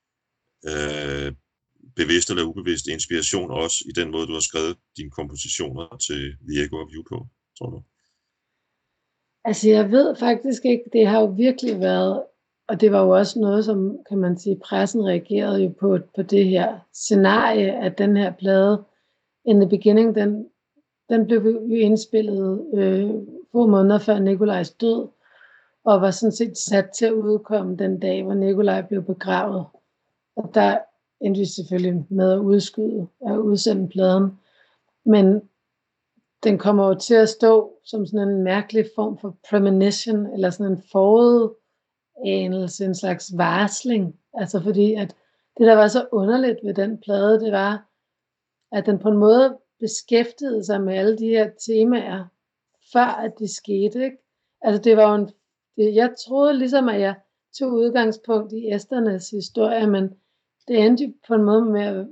bevidst eller ubevidst inspiration også i den måde, du har skrevet dine kompositioner til The Echo of You på, tror du? Altså jeg ved faktisk ikke, det har jo virkelig været, og det var jo også noget, som kan man sige, pressen reagerede jo på det her scenarie, at den her plade, In the Beginning, den blev jo indspillet få måneder før Nikolajs død, og var sådan set sat til at udkomme den dag, hvor Nikolaj blev begravet. Og der endte vi selvfølgelig med at udsende pladen. Men den kommer jo til at stå som sådan en mærkelig form for premonition, eller sådan en forudanelse, en slags varsling. Altså fordi, at det, der var så underligt ved den plade, det var, at den på en måde beskæftigede sig med alle de her temaer, før at de skete, ikke? Altså det var jo jeg troede ligesom, at jeg tog udgangspunkt i esternes historie, men det endte jo på en måde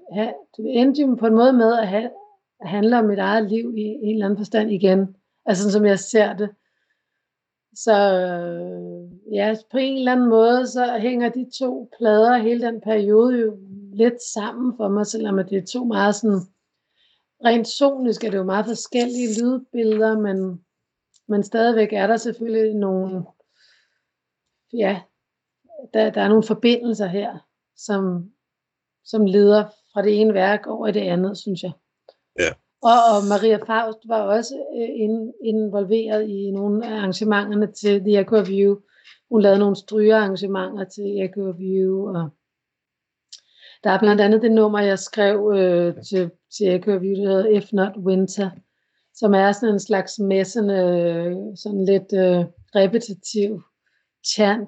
med at handle om mit eget liv i en eller anden forstand igen. Altså som jeg ser det. Så ja, på en eller anden måde, så hænger de to plader hele den periode jo lidt sammen for mig, selvom det er to meget sådan, rent sonisk er det jo meget forskellige lydbilleder, men stadigvæk er der selvfølgelig nogle, ja, der er nogle forbindelser her, som leder fra det ene værk over i det andet, synes jeg. Ja. Og Maria Faust var også involveret i nogle af arrangementerne til The Echo of You. Hun lavede nogle strygearrangementer til Echo of You, og der er blandt andet det nummer, jeg skrev til Echo of You, der hedder If Not Winter, som er sådan en slags messende, sådan lidt repetitiv chant,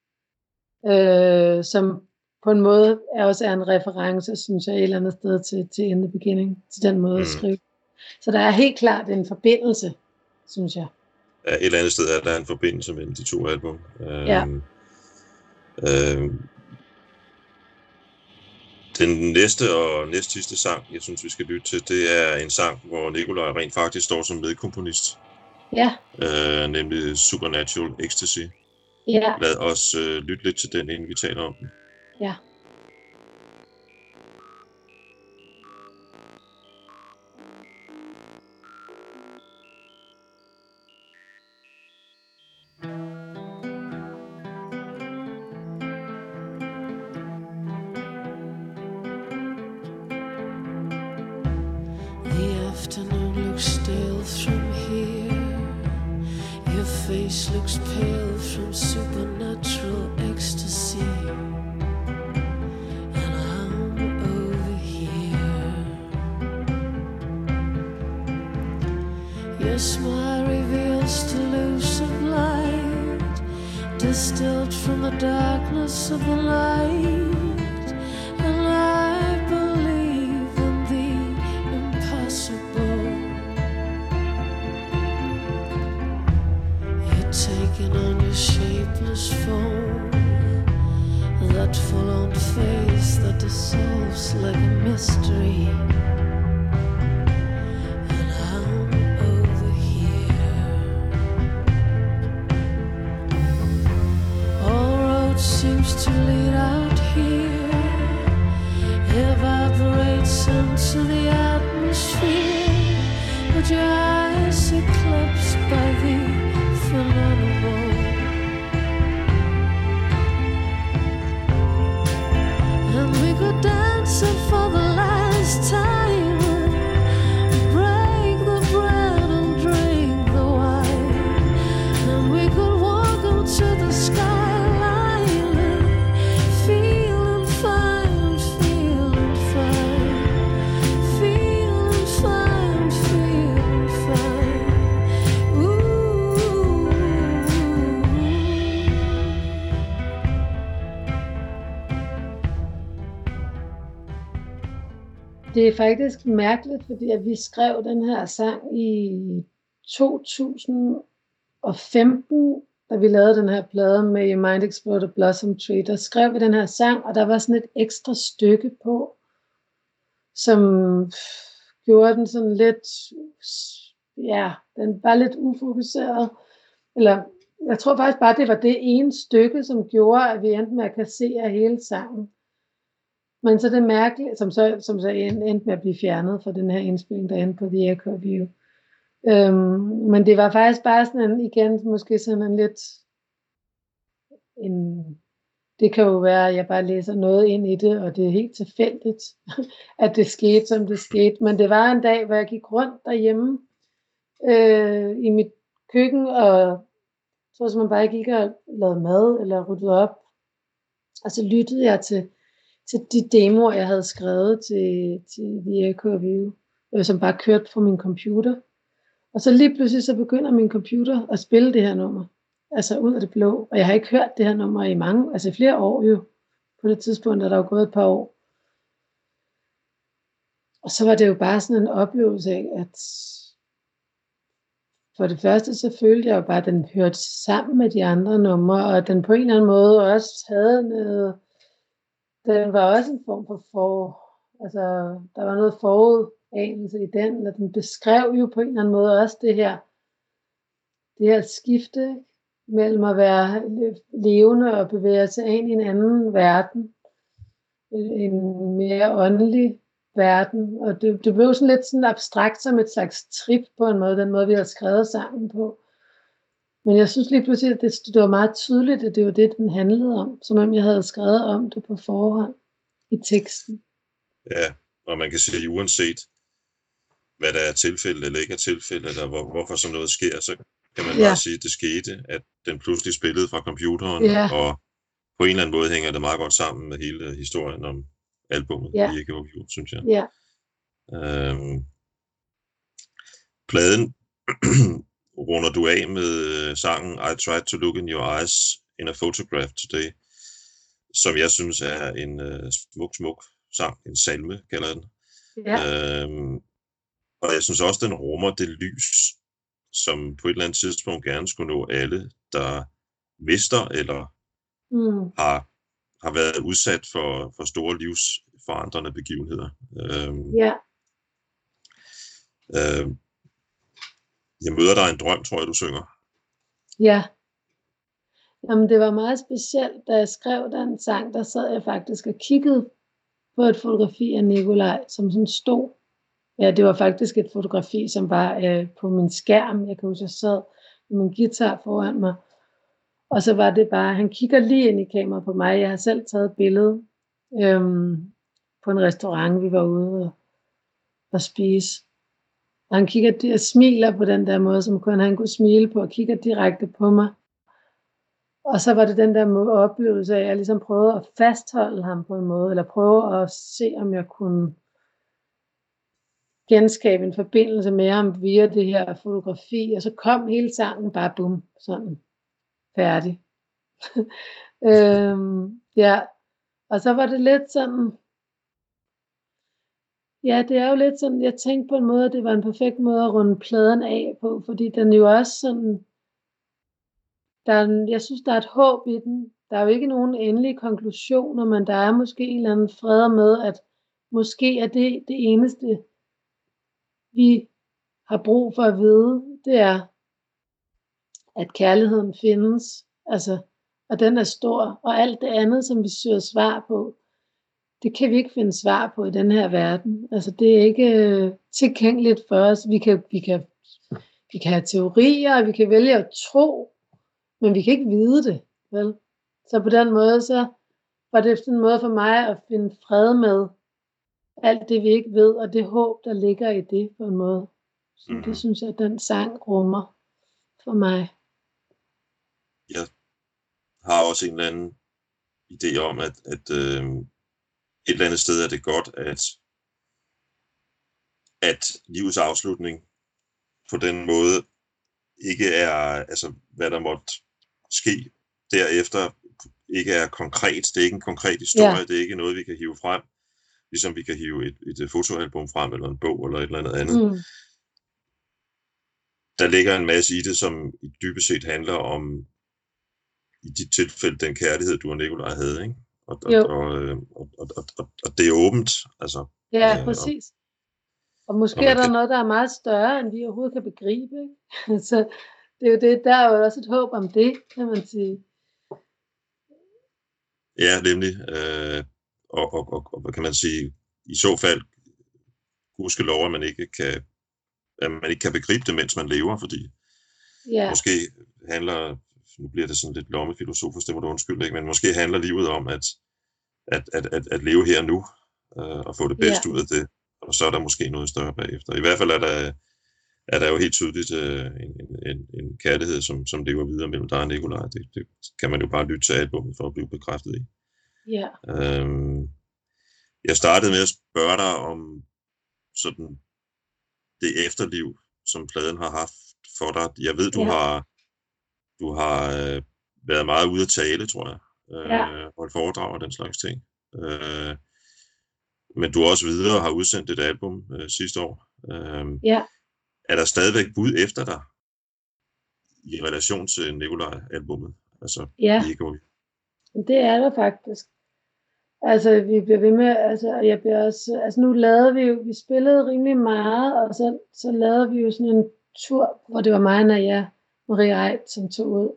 som på en måde også er en reference, synes jeg, et eller andet sted til In the Beginning, til den måde at skrive. Så der er helt klart en forbindelse, synes jeg. Ja, et eller andet sted er der en forbindelse mellem de to album. Ja. Den næste og næstsidste sang, jeg synes, vi skal lytte til, det er en sang, hvor Nikolaj rent faktisk står som medkomponist. Ja. Nemlig Supernatural Ecstasy. Ja. Lad os lytte lidt til den, inden vi taler om den. Ja. Afternoon looks stale from here. Your face looks pale from supernatural ecstasy. And I'm over here. Your smile reveals delusive light, distilled from the darkness of the night. And I believe in the impossible. You're taking on your shapeless form, that full-on face that dissolves like a mystery. And I'm over here. All roads seems to lead out here, evaporates into the atmosphere, but your eyes eclipsed by the phenomenal. And we go dancing for the last time, break the bread and drink the wine, and we could walk onto the skyline, feeling fine, feeling fine, feeling fine, feeling fine. Ooh. Det er faktisk mærkeligt, fordi at vi skrev den her sang i 2015, da vi lavede den her plade med Your Mind Exploded Blossom Tree. Der skrev vi den her sang, og der var sådan et ekstra stykke på, som gjorde den sådan lidt, ja, den var lidt ufokuseret. Eller jeg tror faktisk bare, det var det ene stykke, som gjorde, at vi endte med at kassere hele sangen. Men så det mærkeligt, som så endte med at blive fjernet fra den her indspilling, der endte på The Echo of You. Men det var faktisk bare sådan en, igen, måske sådan en lidt, det kan jo være, at jeg bare læser noget ind i det, og det er helt tilfældigt, at det skete, som det skete. Men det var en dag, hvor jeg gik rundt derhjemme i mit køkken, og så som man bare gik og lavede mad, eller ryddede op. Og så lyttede jeg til de demoer, jeg havde skrevet til The Echo of You, som bare kørte fra min computer. Og så lige pludselig så begynder min computer at spille det her nummer. Altså ud af det blå. Og jeg har ikke hørt det her nummer i flere år jo. På det tidspunkt er der jo gået et par år. Og så var det jo bare sådan en oplevelse af, at for det første så følte jeg jo bare, at den hørte sammen med de andre numre, og den på en eller anden måde også havde noget, den var også en form for altså der var noget forudanelse i den, og den beskrev jo på en eller anden måde også det her skifte mellem at være levende og bevæge sig ind i en anden verden, en mere åndelig verden, og det blev sådan lidt sådan abstrakt som et slags trip på en måde, den måde vi havde skrevet sammen på. Men jeg synes lige pludselig, at det var meget tydeligt, at det var det, den handlede om, som om jeg havde skrevet om det på forhånd i teksten. Ja, og man kan sige, uanset hvad der er tilfælde eller ikke er tilfælde, eller hvorfor sådan noget sker, så kan man bare sige, at det skete, at den pludselig spillede fra computeren, og på en eller anden måde hænger det meget godt sammen med hele historien om albumet i Echo of You, synes jeg. Ja. Pladen runder du af med sangen I Tried to Look in Your Eyes in a Photograph Today, som jeg synes er en smuk sang, en salme kalder den. Ja. Og jeg synes også, den rummer det lys, som på et eller andet tidspunkt gerne skulle nå alle, der mister eller har været udsat for store livsforandrende begivenheder. Jeg møder dig en drøm, tror jeg, du synger. Ja. Jamen, det var meget specielt, da jeg skrev den sang, der sad jeg faktisk og kiggede på et fotografi af Nikolaj, som sådan stod. Ja, det var faktisk et fotografi, som var på min skærm. Jeg kan huske, jeg sad med min guitar foran mig. Og så var det bare, han kigger lige ind i kameraet på mig. Jeg har selv taget et billede på en restaurant, vi var ude og spise. Og han kigger og smiler på den der måde, som kun han kunne smile på, og kigger direkte på mig. Og så var det den der oplevelse af, at jeg ligesom prøvede at fastholde ham på en måde, eller prøve at se, om jeg kunne genskabe en forbindelse med ham via det her fotografi, og så kom hele sangen bare bum, sådan færdig. Og så var det lidt sådan, ja, det er jo lidt sådan, jeg tænkte på en måde, at det var en perfekt måde at runde pladen af på, fordi den jo også sådan, jeg synes, der er et håb i den. Der er jo ikke nogen endelige konklusioner, men der er måske en eller anden fred med, at måske er det eneste, vi har brug for at vide, det er, at kærligheden findes, altså, og den er stor, og alt det andet, som vi søger svar på, det kan vi ikke finde svar på i den her verden. Altså, det er ikke tilgængeligt for os. Vi kan have teorier, og vi kan vælge at tro, men vi kan ikke vide det, vel? Så på den måde, så var det efter en måde for mig at finde fred med alt det, vi ikke ved, og det håb, der ligger i det på en måde. Så det synes jeg, at den sang rummer for mig. Jeg har også en eller anden idé om, at et eller andet sted er det godt, at livets afslutning på den måde ikke er, altså hvad der måtte ske derefter, ikke er konkret. Det er ikke en konkret historie, det er ikke noget, vi kan hive frem, ligesom vi kan hive et fotoalbum frem, eller en bog, eller et eller andet. Der ligger en masse i det, som dybest set handler om, i dit tilfælde, den kærlighed, du og Nikolaj havde, ikke? Og det er åbent, altså. Ja, præcis. Og måske Og man er der kan, noget, der er meget større, end vi overhovedet kan begribe. Ikke? Så det er jo det, der er jo også et håb om det, kan man sige. ja, nemlig. Og hvad kan man sige, i så fald, gudskelov, at man ikke kan begribe det, mens man lever, fordi Ja, måske handler, nu bliver det sådan lidt lommefilosofisk, det må du undskylde, ikke? Men måske handler livet om at leve her nu, og få det ja, bedste ud af det, og så er der måske noget større bagefter. I hvert fald er der jo helt tydeligt en kærlighed, som lever videre mellem dig og Nikolaj. Det kan man jo bare lytte til albummet for at blive bekræftet i. ja, Øhm, Jeg startede med at spørge dig om sådan det efterliv, som pladen har haft for dig. Jeg ved, ja, du har været meget ude at tale, tror jeg, ja, holdt foredrag og den slags ting. Men du er også videre og har udsendt et album sidste år. ja, Er der stadigvæk bud efter dig i relation til Nikolaj-albummet? Altså, ja, Diego. det er der faktisk. Altså, vi bliver ved med, og jeg bliver også, nu lavede vi spillede rimelig meget, og så lavede vi jo sådan en tur, hvor det var mig og Naja Marie Aidt, som tog ud.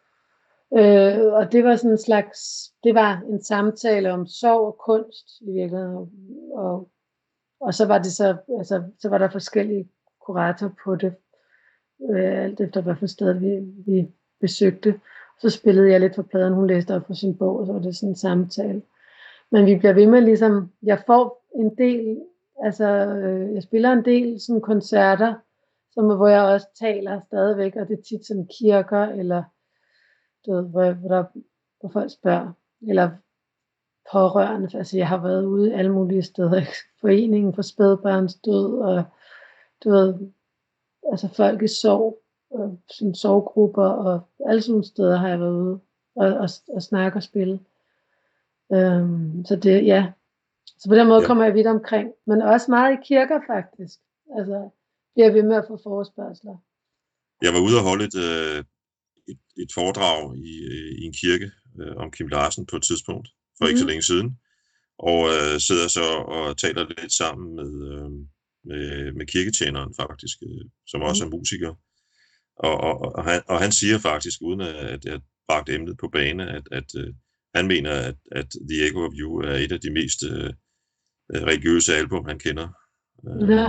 Og det var sådan en slags, det var en samtale om sorg og kunst i virkeligheden, og så var det så var der forskellige kuratorer på det, alt efter hvad for sted vi besøgte. Så spillede jeg lidt for pladen, hun læste op på sin bog, og så var det sådan en samtale. Men vi bliver ved med ligesom, jeg får en del, jeg spiller en del sådan koncerter, hvor jeg også taler stadigvæk, og det er tit sådan kirker, eller du ved, hvor folk spørger, eller pårørende. Altså jeg har været ude alle mulige steder, foreningen for spædbarnsdød, og du ved, altså folk i sorg, og sådan sorggrupper, og alle sådan steder har jeg været ude, og snakke og spille. Så det, ja. Så på den måde kommer jeg vidt omkring, men også meget i kirker faktisk. Altså, bliver ved med at få forespørgsler. Jeg var ude og holde et foredrag i en kirke om Kim Larsen på et tidspunkt, for ikke så længe siden, og sidder så og taler lidt sammen med kirketjeneren faktisk, som også er musiker. Og han siger faktisk, uden at jeg bragt emnet på bane, at han mener, at The Echo of You er et af de mest religiøse album, han kender. Ja.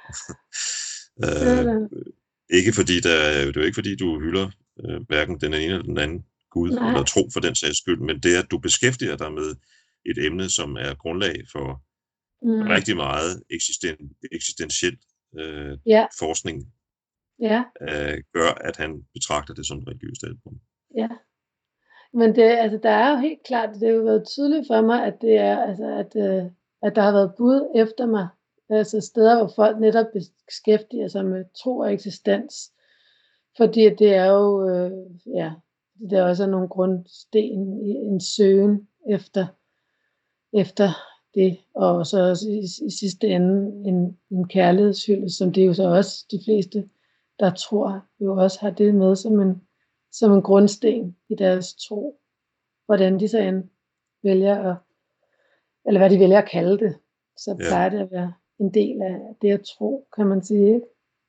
Ikke fordi det er jo ikke fordi du hylder hverken den ene eller den anden Gud, eller tro for den sags skyld, men det er, at du beskæftiger dig med et emne, som er grundlag for rigtig meget eksistentiel forskning, gør, at han betragter det som et religiøst album. Ja. Men det, altså, der er jo helt klart, det har jo været tydeligt for mig, at det er, altså, at der har været bud efter mig. Altså steder, hvor folk netop beskæftiger sig med tro og eksistens. Fordi det er jo, det er også nogle grundsten i en søgen efter det. Og så også i sidste ende en kærlighedshyldest, som det er jo så også de fleste, der tror, jo også har det med som en grundsten i deres tro. Hvordan de så end vælger eller hvad de vælger at kalde det, så plejer det at være en del af det at tro, kan man sige, ikke?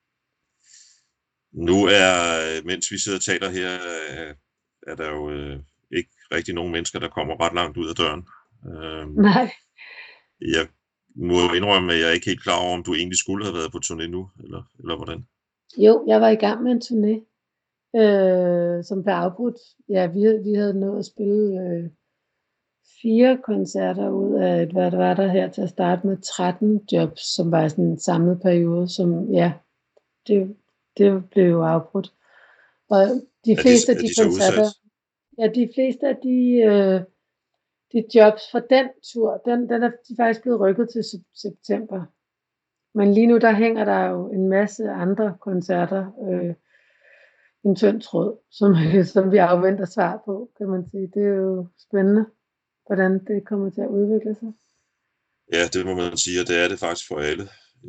Nu mens vi sidder og taler her, er der jo ikke rigtig nogen mennesker, der kommer ret langt ud af døren. Nej. Jeg må indrømme, at jeg er ikke helt klar over, om du egentlig skulle have været på turné nu, eller hvordan? Jo, jeg var i gang med en turné, som blev afbrudt. Ja, vi havde nået at spille 4 koncerter ud af, hvad der var der her til at starte med, 13 jobs, som var sådan en samlet periode, som, det blev jo afbrudt. Og de fleste af de koncerter, de fleste af de jobs fra den tur, de er faktisk blevet rykket til september. Men lige nu, der hænger der jo en masse andre koncerter, en tynd tråd, som vi afventer svar på, kan man sige. Det er jo spændende, hvordan det kommer til at udvikle sig. Ja, det må man sige, og det er det faktisk for alle.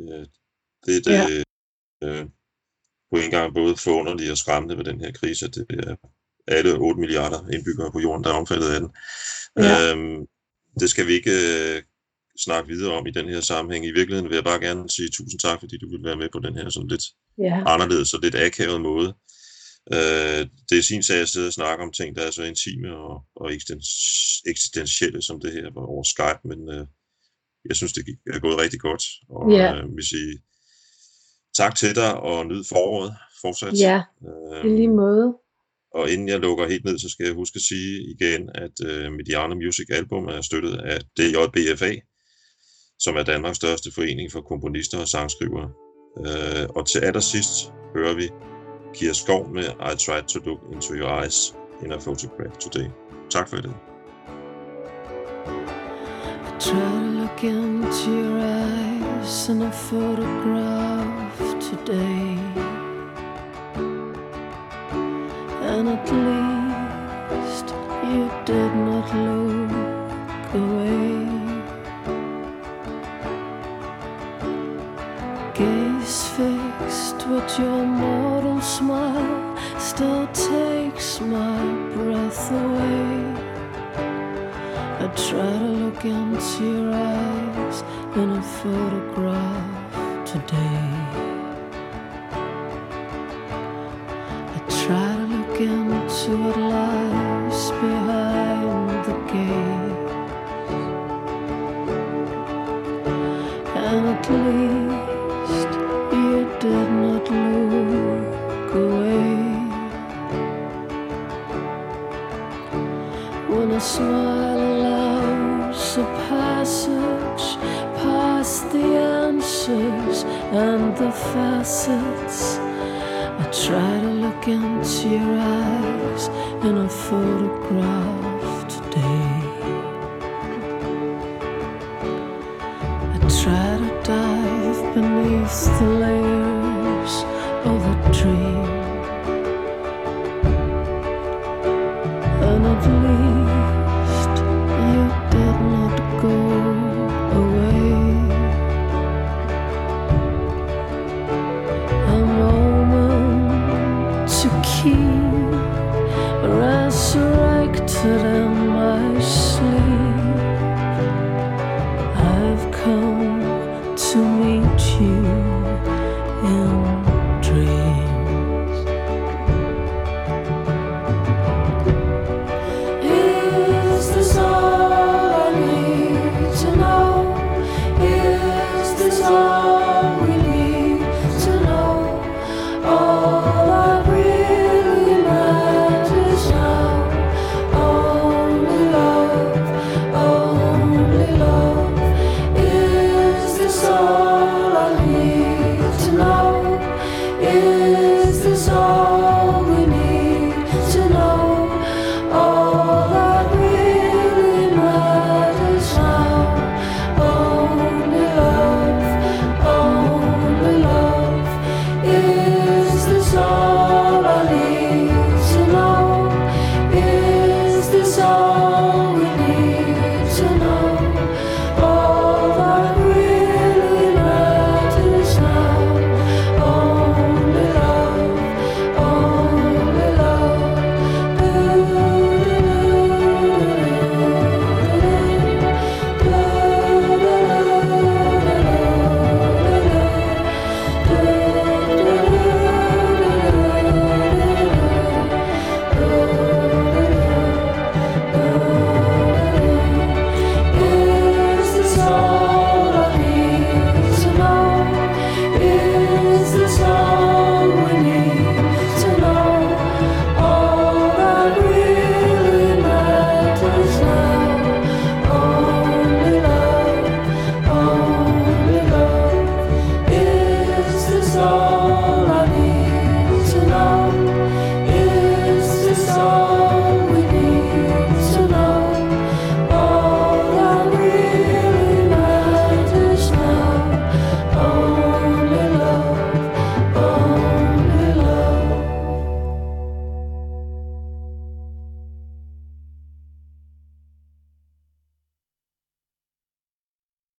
På en gang både forunderligt og skræmmende ved den her krise, at det er alle 8 milliarder indbyggere på jorden, der er omfattet af den. Ja. Det skal vi ikke snakke videre om i den her sammenhæng. I virkeligheden vil jeg bare gerne sige tusind tak, fordi du vil være med på den her sådan lidt anderledes og lidt akavet måde. Det er sin sag at sidde og snakke om ting, der er så intime og eksistentielle som det her over Skype, men jeg synes, det er gået rigtig godt. Og vil sige tak til dig og nyd foråret fortsat. Ja, i lige måde. Og inden jeg lukker helt ned, så skal jeg huske at sige igen, at Mediano Music album er støttet af DJBFA, som er Danmarks største forening for komponister og sangskrivere. Og til allersidst hører vi Kira Skov med I Tried to Look Into Your Eyes in a Photograph Today. Tak for det. I try to look into your eyes in a photograph today, and at least you did not look away. Gaze fixed with your mortal smile still takes my breath away. I try to look into your eyes in a photograph today. I try to look into what lies behind the gate, and at least you did not look away. When a smile allows a passage past the answers and the facets, I try to look into your eyes in a photograph today. I try to dive beneath the layers of a dream,